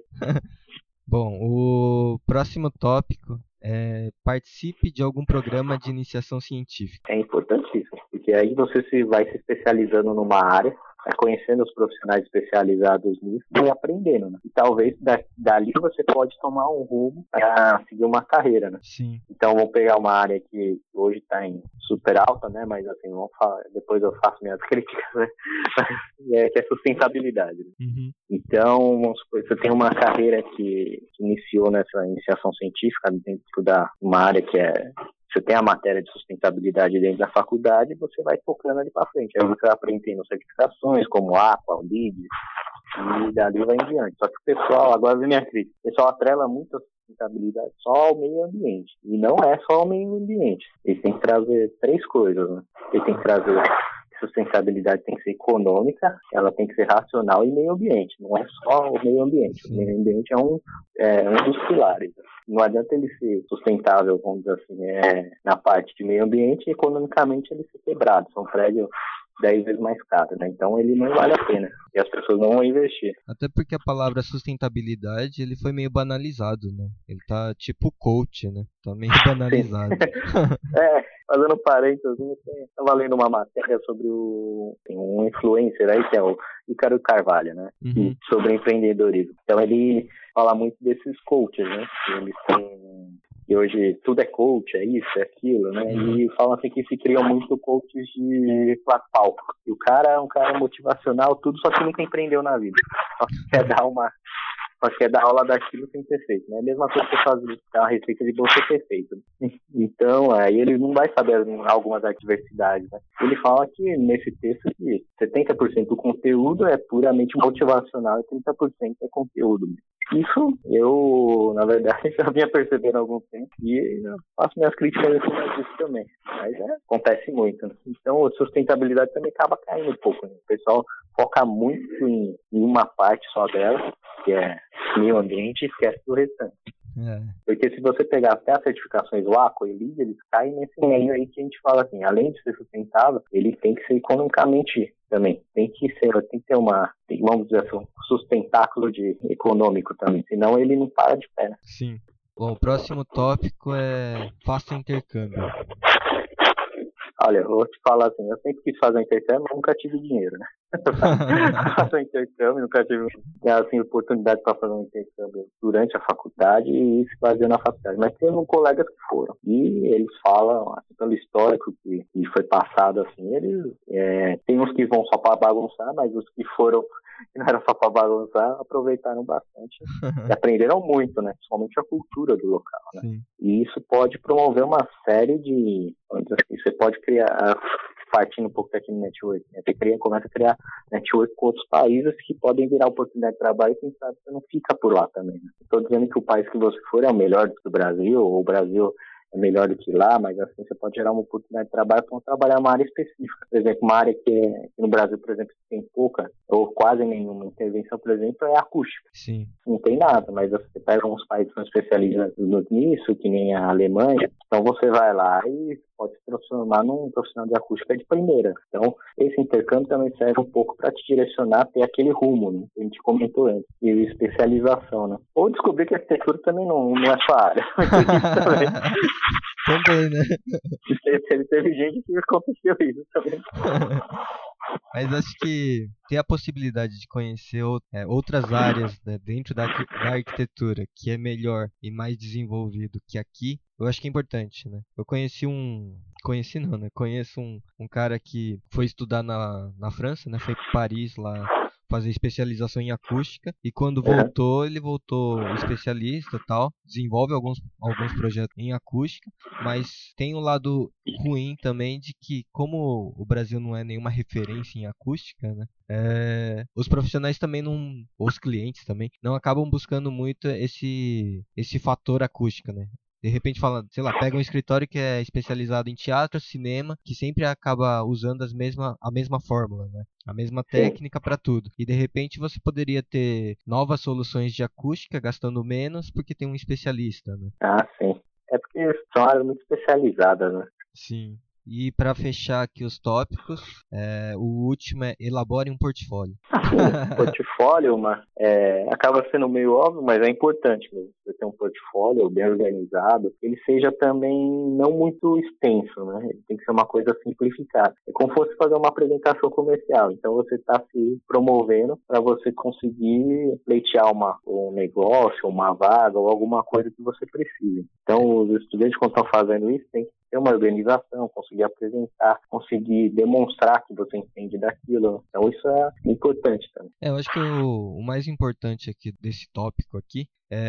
Bom, o próximo tópico é participe de algum programa de iniciação científica. É importantíssimo, porque aí você se vai se especializando numa área, vai conhecendo os profissionais especializados nisso e aprendendo, né? E talvez da, dali você pode tomar um rumo para seguir uma carreira, né? Sim. Então vamos pegar uma área que hoje está em super alta, né? Mas assim, vamos falar, depois eu faço minhas críticas, né? é, que é sustentabilidade. Né? Uhum. Então, vamos supor, você tem uma carreira que, que iniciou nessa iniciação científica dentro da uma área que é você tem a matéria de sustentabilidade dentro da faculdade, você vai tocando ali para frente. Aí você vai aprendendo certificações como a Aqua, o L I D, e dali vai em diante. Só que o pessoal, agora vem minha crítica, o pessoal atrela muito a sustentabilidade só ao meio ambiente. E não é só ao meio ambiente. Ele tem que trazer três coisas, né? Ele tem que trazer sustentabilidade tem que ser econômica, ela tem que ser racional e meio ambiente. Não é só o meio ambiente. O meio ambiente é um, é um dos pilares. Não adianta ele ser sustentável, vamos dizer assim, é, na parte de meio ambiente e economicamente ele ser quebrado. São prédios dez vezes mais caros, né? Então ele não vale a pena. E as pessoas não vão investir. Até porque a palavra sustentabilidade, ele foi meio banalizado, né? Ele tá tipo coach, né? Tá meio banalizado. É, fazendo parênteses, eu tava lendo uma matéria sobre o, tem um influencer aí, que é o Ícaro Carvalho, né? Uhum. Sobre empreendedorismo. Então ele fala muito desses coaches, né? Eles têm... E hoje tudo é coach, é isso, é aquilo, né? E falam assim que se criam muito coaches de palco. E o cara é um cara motivacional, tudo, só que nunca empreendeu na vida. Só que quer dar uma... Só que quer dar aula daquilo sem ter feito, né? A mesma coisa que você fazer uma receita de bolo sem ter feito. Então, aí ele não vai saber algumas adversidades, né? Ele fala que, nesse texto, que setenta por cento do conteúdo é puramente motivacional e trinta por cento é conteúdo. Isso eu, na verdade, já vinha percebendo há algum tempo e eu faço minhas críticas em cima disso também. Mas é, acontece muito, né? Então, a sustentabilidade também acaba caindo um pouco, né? O pessoal foca muito em, em uma parte só dela, que é meio ambiente, e esquece do restante. É. Porque se você pegar até as certificações o Aqua e o L I D, eles caem nesse meio aí que a gente fala assim, além de ser sustentável, ele tem que ser economicamente também. Tem que ser, tem que ter uma, vamos dizer assim, um sustentáculo de econômico também, senão ele não para de pé. Né? Sim. Bom, o próximo tópico é faça intercâmbio. Olha, eu vou te falar assim, eu sempre quis fazer intercâmbio, mas nunca tive dinheiro, né? Fazer um intercâmbio, nunca tive assim, oportunidade para fazer um intercâmbio durante a faculdade e se baseou na faculdade. Mas tem um colegas que foram. E eles falam, assim, pelo histórico que, que foi passado, assim, eles é, tem uns que vão só para bagunçar, mas os que foram que não era só para bagunçar, aproveitaram bastante e aprenderam muito, né? Principalmente a cultura do local, né? Sim. E isso pode promover uma série de... Você pode criar, partindo um pouco daqui no network, né? Você cria, começa a criar network com outros países que podem virar oportunidade de trabalho e quem sabe você não fica por lá também, né? Estou dizendo que o país que você for é o melhor do que o Brasil, ou o Brasil é melhor do que lá, mas assim você pode gerar uma oportunidade de trabalho para trabalhar uma área específica. Por exemplo, uma área que, é, que no Brasil, por exemplo, tem pouca ou quase nenhuma intervenção, por exemplo, é a acústica. Sim. Não tem nada, mas você pega uns países que são especializados nisso, que nem a Alemanha, então você vai lá e pode se transformar num profissional de acústica de primeira. Então, esse intercâmbio também serve um pouco para te direcionar a ter aquele rumo, né? Que a gente comentou antes, e especialização, né? Ou descobrir que a arquitetura também não, não é sua área. também. Também, né? Teve, teve gente que aconteceu isso também. Mas acho que ter a possibilidade de conhecer é, outras áreas, né, dentro da, da arquitetura que é melhor e mais desenvolvido que aqui, eu acho que é importante, né? Eu conheci um... Conheci não, né? Conheço um, um cara que foi estudar na, na França, né? Foi para Paris lá fazer especialização em acústica e quando voltou, ele voltou especialista e tal, desenvolve alguns, alguns projetos em acústica, mas tem o lado ruim também de que como o Brasil não é nenhuma referência em acústica, né, é, os profissionais também não, os clientes também, não acabam buscando muito esse, esse fator acústica, né. De repente fala, sei lá, pega um escritório que é especializado em teatro, cinema, que sempre acaba usando as mesma, a mesma fórmula, né? A mesma técnica para tudo. E de repente você poderia ter novas soluções de acústica gastando menos porque tem um especialista, né? Ah, sim. É porque são áreas muito especializadas, né? Sim. E para fechar aqui os tópicos, é, o último é elabore um portfólio. Sim, portfólio uma, é, acaba sendo meio óbvio, mas é importante mesmo. Você ter um portfólio bem organizado, ele seja também não muito extenso, né? Ele tem que ser uma coisa simplificada. É como se fosse fazer uma apresentação comercial. Então você está se promovendo para você conseguir pleitear uma, um negócio, uma vaga ou alguma coisa que você precise. Então os estudantes, quando estão fazendo isso, tem que ter uma organização, conseguir apresentar, conseguir demonstrar que você entende daquilo. Então isso é importante também. É, eu acho que o, o mais importante aqui desse tópico aqui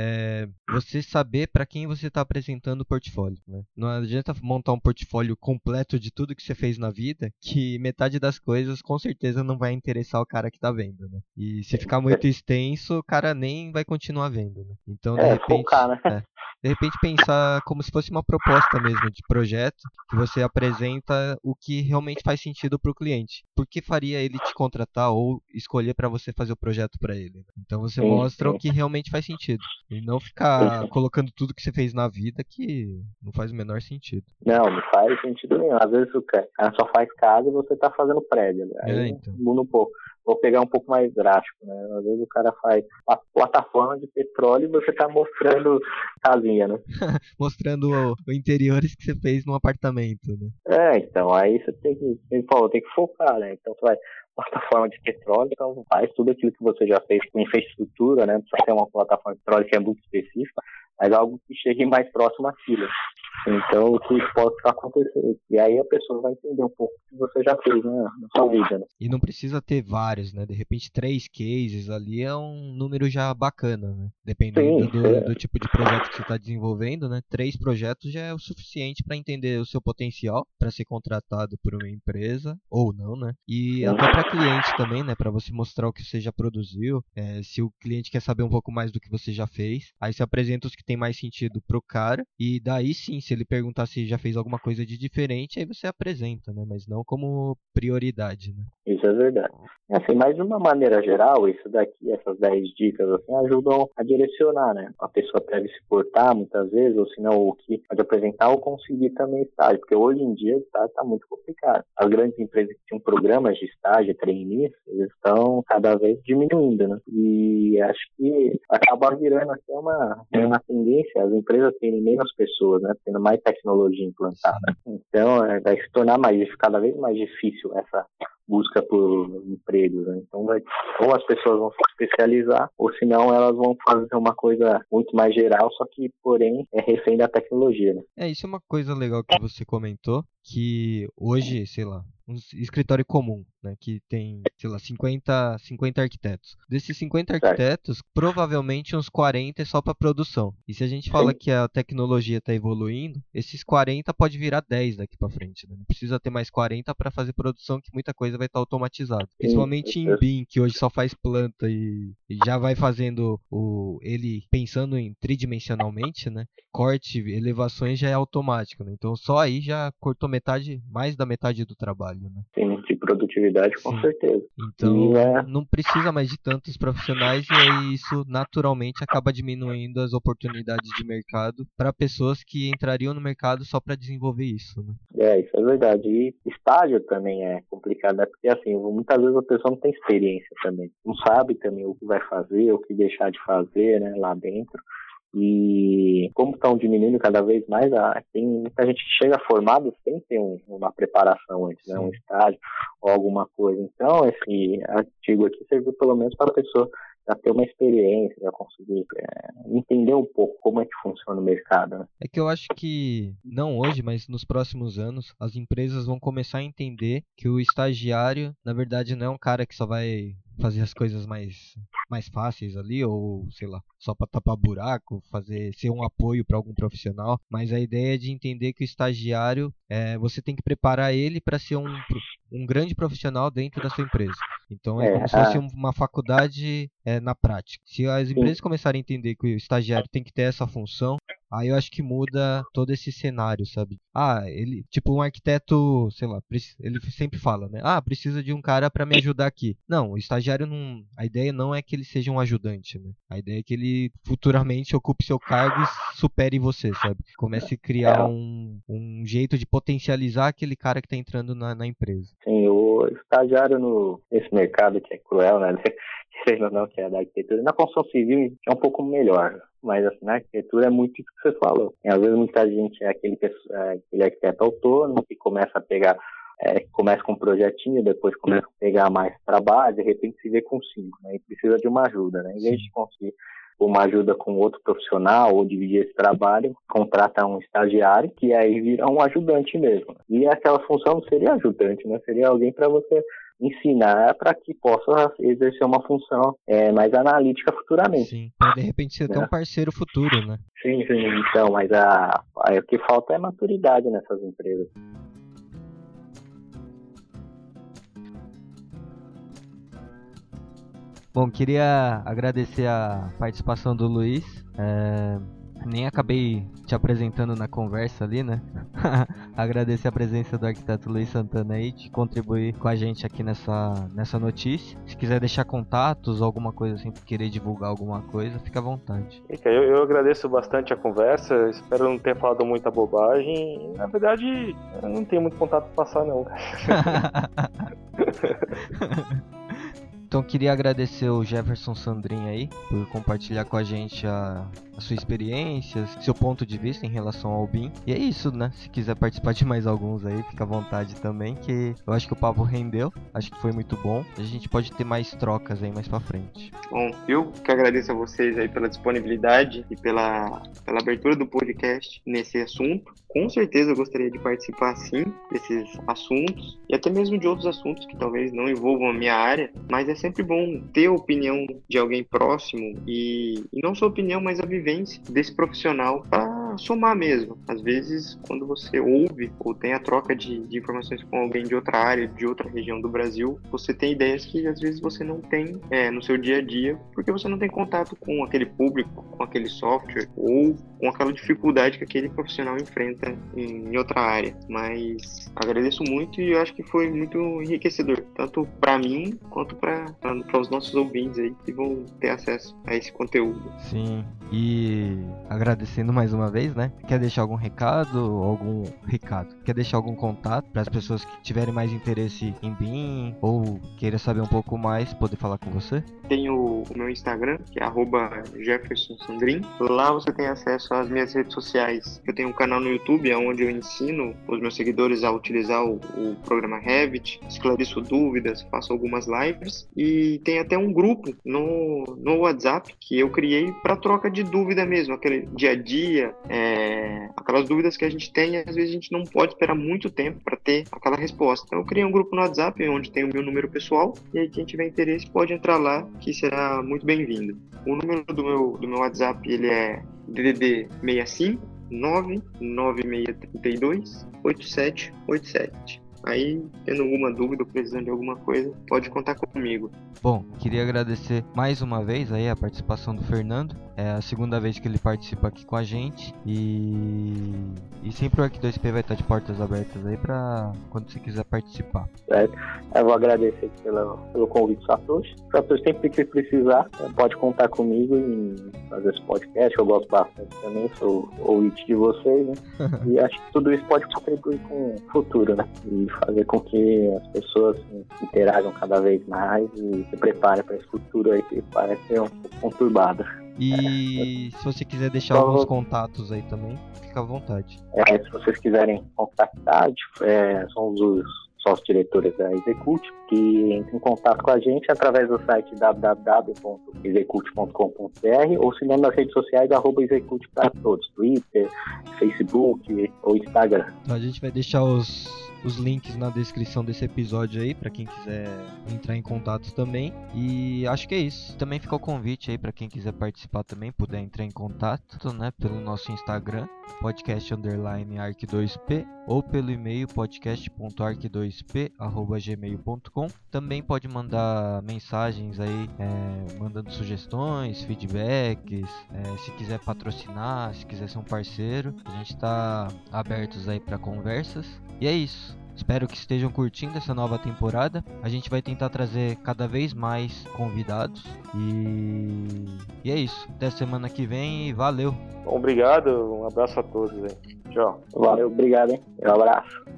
é você saber para quem você está apresentando o portfólio, né? Não adianta montar um portfólio completo de tudo que você fez na vida, que metade das coisas com certeza não vai interessar o cara que está vendo, né? E se ficar muito extenso, o cara nem vai continuar vendo, né? Então, de É, repente, focar, né? é, de repente pensar como se fosse uma proposta mesmo de projeto, que você apresenta o que realmente faz sentido para o cliente. Por que faria ele te contratar ou escolher para você fazer o projeto para ele, né? Então você Sim, mostra sim. o que realmente faz sentido. E não ficar colocando tudo que você fez na vida que não faz o menor sentido. Não, não faz sentido nenhum. Às vezes o cara só faz casa e você tá fazendo prédio. Aí É, então. muda um pouco. Vou pegar um pouco mais drástico, né? Às vezes o cara faz uma plataforma de petróleo e você tá mostrando casinha, né? Mostrando o, o interiores que você fez num apartamento, né? É, então, aí você tem que, ele falou, tem que focar, né? Então você vai plataforma de petróleo, então faz tudo aquilo que você já fez com infraestrutura, né? Precisa ter uma plataforma de petróleo que é muito específica, mas algo que chegue mais próximo àquilo. Então, o que pode acontecer? E aí a pessoa vai entender um pouco o que você já fez, né, na sua vida, né? E não precisa ter vários, né? De repente, três cases ali é um número já bacana, né? Dependendo Sim, do, é. do tipo de projeto que você está desenvolvendo, né? Três projetos já é o suficiente para entender o seu potencial para ser contratado por uma empresa, ou não, né? E Sim. até para cliente também, né? Para você mostrar o que você já produziu. É, se o cliente quer saber um pouco mais do que você já fez, aí você apresenta os que tem mais sentido pro cara, e daí sim, se ele perguntar se já fez alguma coisa de diferente, aí você apresenta, né? Mas não como prioridade, né? Isso é verdade. Assim, mas de uma maneira geral, isso daqui, essas dez dicas, assim, ajudam a direcionar, né? A pessoa deve se portar muitas vezes, ou se não, o que pode apresentar ou conseguir também estágio, porque hoje em dia está tá muito complicado. As grandes empresas que tinham programas de estágio, trainees, eles estão cada vez diminuindo, né? E acho que acaba virando até uma, uma tendência, as empresas terem menos pessoas, né? Tendo mais tecnologia implantada. Então, é, vai se tornar mais, cada vez mais difícil essa busca por empregos, né? Então vai, ou as pessoas vão se especializar, ou senão elas vão fazer uma coisa muito mais geral, só que, porém, é refém da tecnologia, né? É, isso é uma coisa legal que você comentou, que hoje, sei lá, um escritório comum, né, que tem, sei lá, cinquenta, cinquenta arquitetos. Desses cinquenta arquitetos, certo, provavelmente uns quarenta é só para produção. E se a gente fala Sim. que a tecnologia está evoluindo, esses quarenta pode virar dez daqui para frente, né? Não precisa ter mais quarenta para fazer produção, que muita coisa vai estar automatizada. Principalmente Sim, em B I M, que hoje só faz planta e, e já vai fazendo o ele pensando em tridimensionalmente, né? Corte, elevações já é automático, né? Então só aí já cortou metade, mais da metade do trabalho, né? Sim, de produtividade, com Sim. certeza. Então é... não precisa mais de tantos profissionais e aí isso naturalmente acaba diminuindo as oportunidades de mercado para pessoas que entrariam no mercado só para desenvolver isso, né? É, isso é verdade. E estágio também é complicado, né? Porque assim, muitas vezes a pessoa não tem experiência também. Não sabe também o que vai fazer, o que deixar de fazer, né, lá dentro. E como estão diminuindo cada vez mais, tem muita gente que chega formado sem ter um, uma preparação antes, né? Um estágio ou alguma coisa. Então, esse artigo aqui serviu pelo menos para a pessoa já ter uma experiência, já conseguir é, entender um pouco como é que funciona o mercado, né? É que eu acho que, não hoje, mas nos próximos anos, as empresas vão começar a entender que o estagiário, na verdade, não é um cara que só vai fazer as coisas mais, mais fáceis ali, ou sei lá, só para tapar buraco, fazer, ser um apoio para algum profissional, mas a ideia é de entender que o estagiário, é, você tem que preparar ele para ser um, um grande profissional dentro da sua empresa. Então é, é como se fosse uma faculdade é, na prática. Se as empresas começarem a entender que o estagiário tem que ter essa função, aí eu acho que muda todo esse cenário, sabe? Ah, ele, tipo um arquiteto, sei lá, ele sempre fala, né? Ah, precisa de um cara para me ajudar aqui. Não, o estagiário não, a ideia não é que ele seja um ajudante, né? A ideia é que ele futuramente ocupe seu cargo e supere você, sabe? Comece a criar um, um jeito de potencializar aquele cara que tá entrando na, na empresa. Sim, o estagiário no, nesse mercado que é cruel, né? Seja não, que é da arquitetura. Na construção civil é um pouco melhor, mas assim, na arquitetura é muito isso que você falou. E, às vezes muita gente é aquele, é aquele arquiteto autônomo que começa a pegar, é, começa com um projetinho, depois começa a pegar mais trabalho, de repente se vê com cinco, né? E precisa de uma ajuda, né? Em vez de conseguir uma ajuda com outro profissional ou dividir esse trabalho, contrata um estagiário que aí vira um ajudante mesmo. E aquela função não seria ajudante, né? Seria alguém para você ensinar para que possa exercer uma função é, mais analítica futuramente. Sim, para de repente ser até um parceiro futuro, né? Sim, sim. Então, mas a, a, o que falta é maturidade nessas empresas. Bom, queria agradecer a participação do Luiz. É, nem acabei te apresentando na conversa ali, né? Agradecer a presença do arquiteto Luiz Santana aí, de contribuir com a gente aqui nessa, nessa notícia. Se quiser deixar contatos, alguma coisa assim, querer divulgar alguma coisa, fica à vontade. Eu, eu agradeço bastante a conversa, espero não ter falado muita bobagem. Na verdade, eu não tenho muito contato para passar, não. Então queria agradecer o Jefferson Sandrin aí por compartilhar com a gente a, a sua experiência, seu ponto de vista em relação ao B I M. E é isso, né? Se quiser participar de mais alguns aí, fica à vontade também, que eu acho que o papo rendeu, acho que foi muito bom. A gente pode ter mais trocas aí mais pra frente. Bom, eu que agradeço a vocês aí pela disponibilidade e pela, pela abertura do podcast nesse assunto. Com certeza eu gostaria de participar sim desses assuntos e até mesmo de outros assuntos que talvez não envolvam a minha área, mas é sempre bom ter a opinião de alguém próximo e, e não só a opinião, mas a vivência desse profissional para somar mesmo. Às vezes, quando você ouve ou tem a troca de, de informações com alguém de outra área, de outra região do Brasil, você tem ideias que às vezes você não tem é, no seu dia a dia, porque você não tem contato com aquele público, com aquele software ou com aquela dificuldade que aquele profissional enfrenta em, em outra área. Mas agradeço muito e eu acho que foi muito enriquecedor, tanto para mim quanto para os nossos ouvintes aí que vão ter acesso a esse conteúdo. Sim, e agradecendo mais uma vez, né? Quer deixar algum recado, algum recado? Quer deixar algum contato para as pessoas que tiverem mais interesse em B I M ou queira saber um pouco mais, poder falar com você? Tenho o meu Instagram, que é arroba Jefferson Sandrin. Lá você tem acesso às minhas redes sociais. Eu tenho um canal no YouTube onde eu ensino os meus seguidores a utilizar o, o programa Revit, esclareço dúvidas, faço algumas lives e tem até um grupo no, no WhatsApp que eu criei para troca de dúvida mesmo, aquele dia a dia, é, aquelas dúvidas que a gente tem e às vezes a gente não pode esperar muito tempo para ter aquela resposta. Então eu criei um grupo no WhatsApp onde tem o meu número pessoal e aí quem tiver interesse pode entrar lá que será muito bem-vindo. O número do meu, do meu WhatsApp ele é D D D seis cinco nove nove seis três dois oito sete oito sete. Aí, tendo alguma dúvida ou precisando de alguma coisa, pode contar comigo. Bom, queria agradecer mais uma vez aí a participação do Fernando. É a segunda vez que ele participa aqui com a gente. E, e sempre o Arq dois P vai estar de portas abertas aí pra quando você quiser participar. É, eu vou agradecer pelo, pelo convite, Satoshi. Satoshi, sempre que precisar, pode contar comigo em fazer esse podcast. Eu gosto bastante também, sou ouvinte de vocês, né? E acho que tudo isso pode contribuir com o futuro, né? E fazer com que as pessoas assim, interajam cada vez mais e se preparem para esse futuro aí que parece ser um pouco conturbado. E é, se você quiser deixar então, alguns contatos aí também, fica à vontade. É, se vocês quiserem contactar, é, somos os sócios-diretores da Execute, que entram em contato com a gente através do site w w w ponto execute ponto com ponto b r ou se não nas redes sociais, arroba Execute para todos, Twitter, Facebook ou Instagram. Então a gente vai deixar os, os links na descrição desse episódio aí, para quem quiser entrar em contato também. E acho que é isso. Também fica o convite aí para quem quiser participar também, puder entrar em contato, né, pelo nosso Instagram, podcast underline arq dois p, ou pelo e-mail podcast ponto arq dois p arroba gmail ponto com. Também pode mandar mensagens aí, é, mandando sugestões, feedbacks, é, se quiser patrocinar, se quiser ser um parceiro, a gente está abertos aí para conversas. E é isso. Espero que estejam curtindo essa nova temporada. A gente vai tentar trazer cada vez mais convidados. E, e é isso. Até semana que vem e valeu. Obrigado, um abraço a todos aí. Tchau. Valeu, obrigado, hein? Um abraço.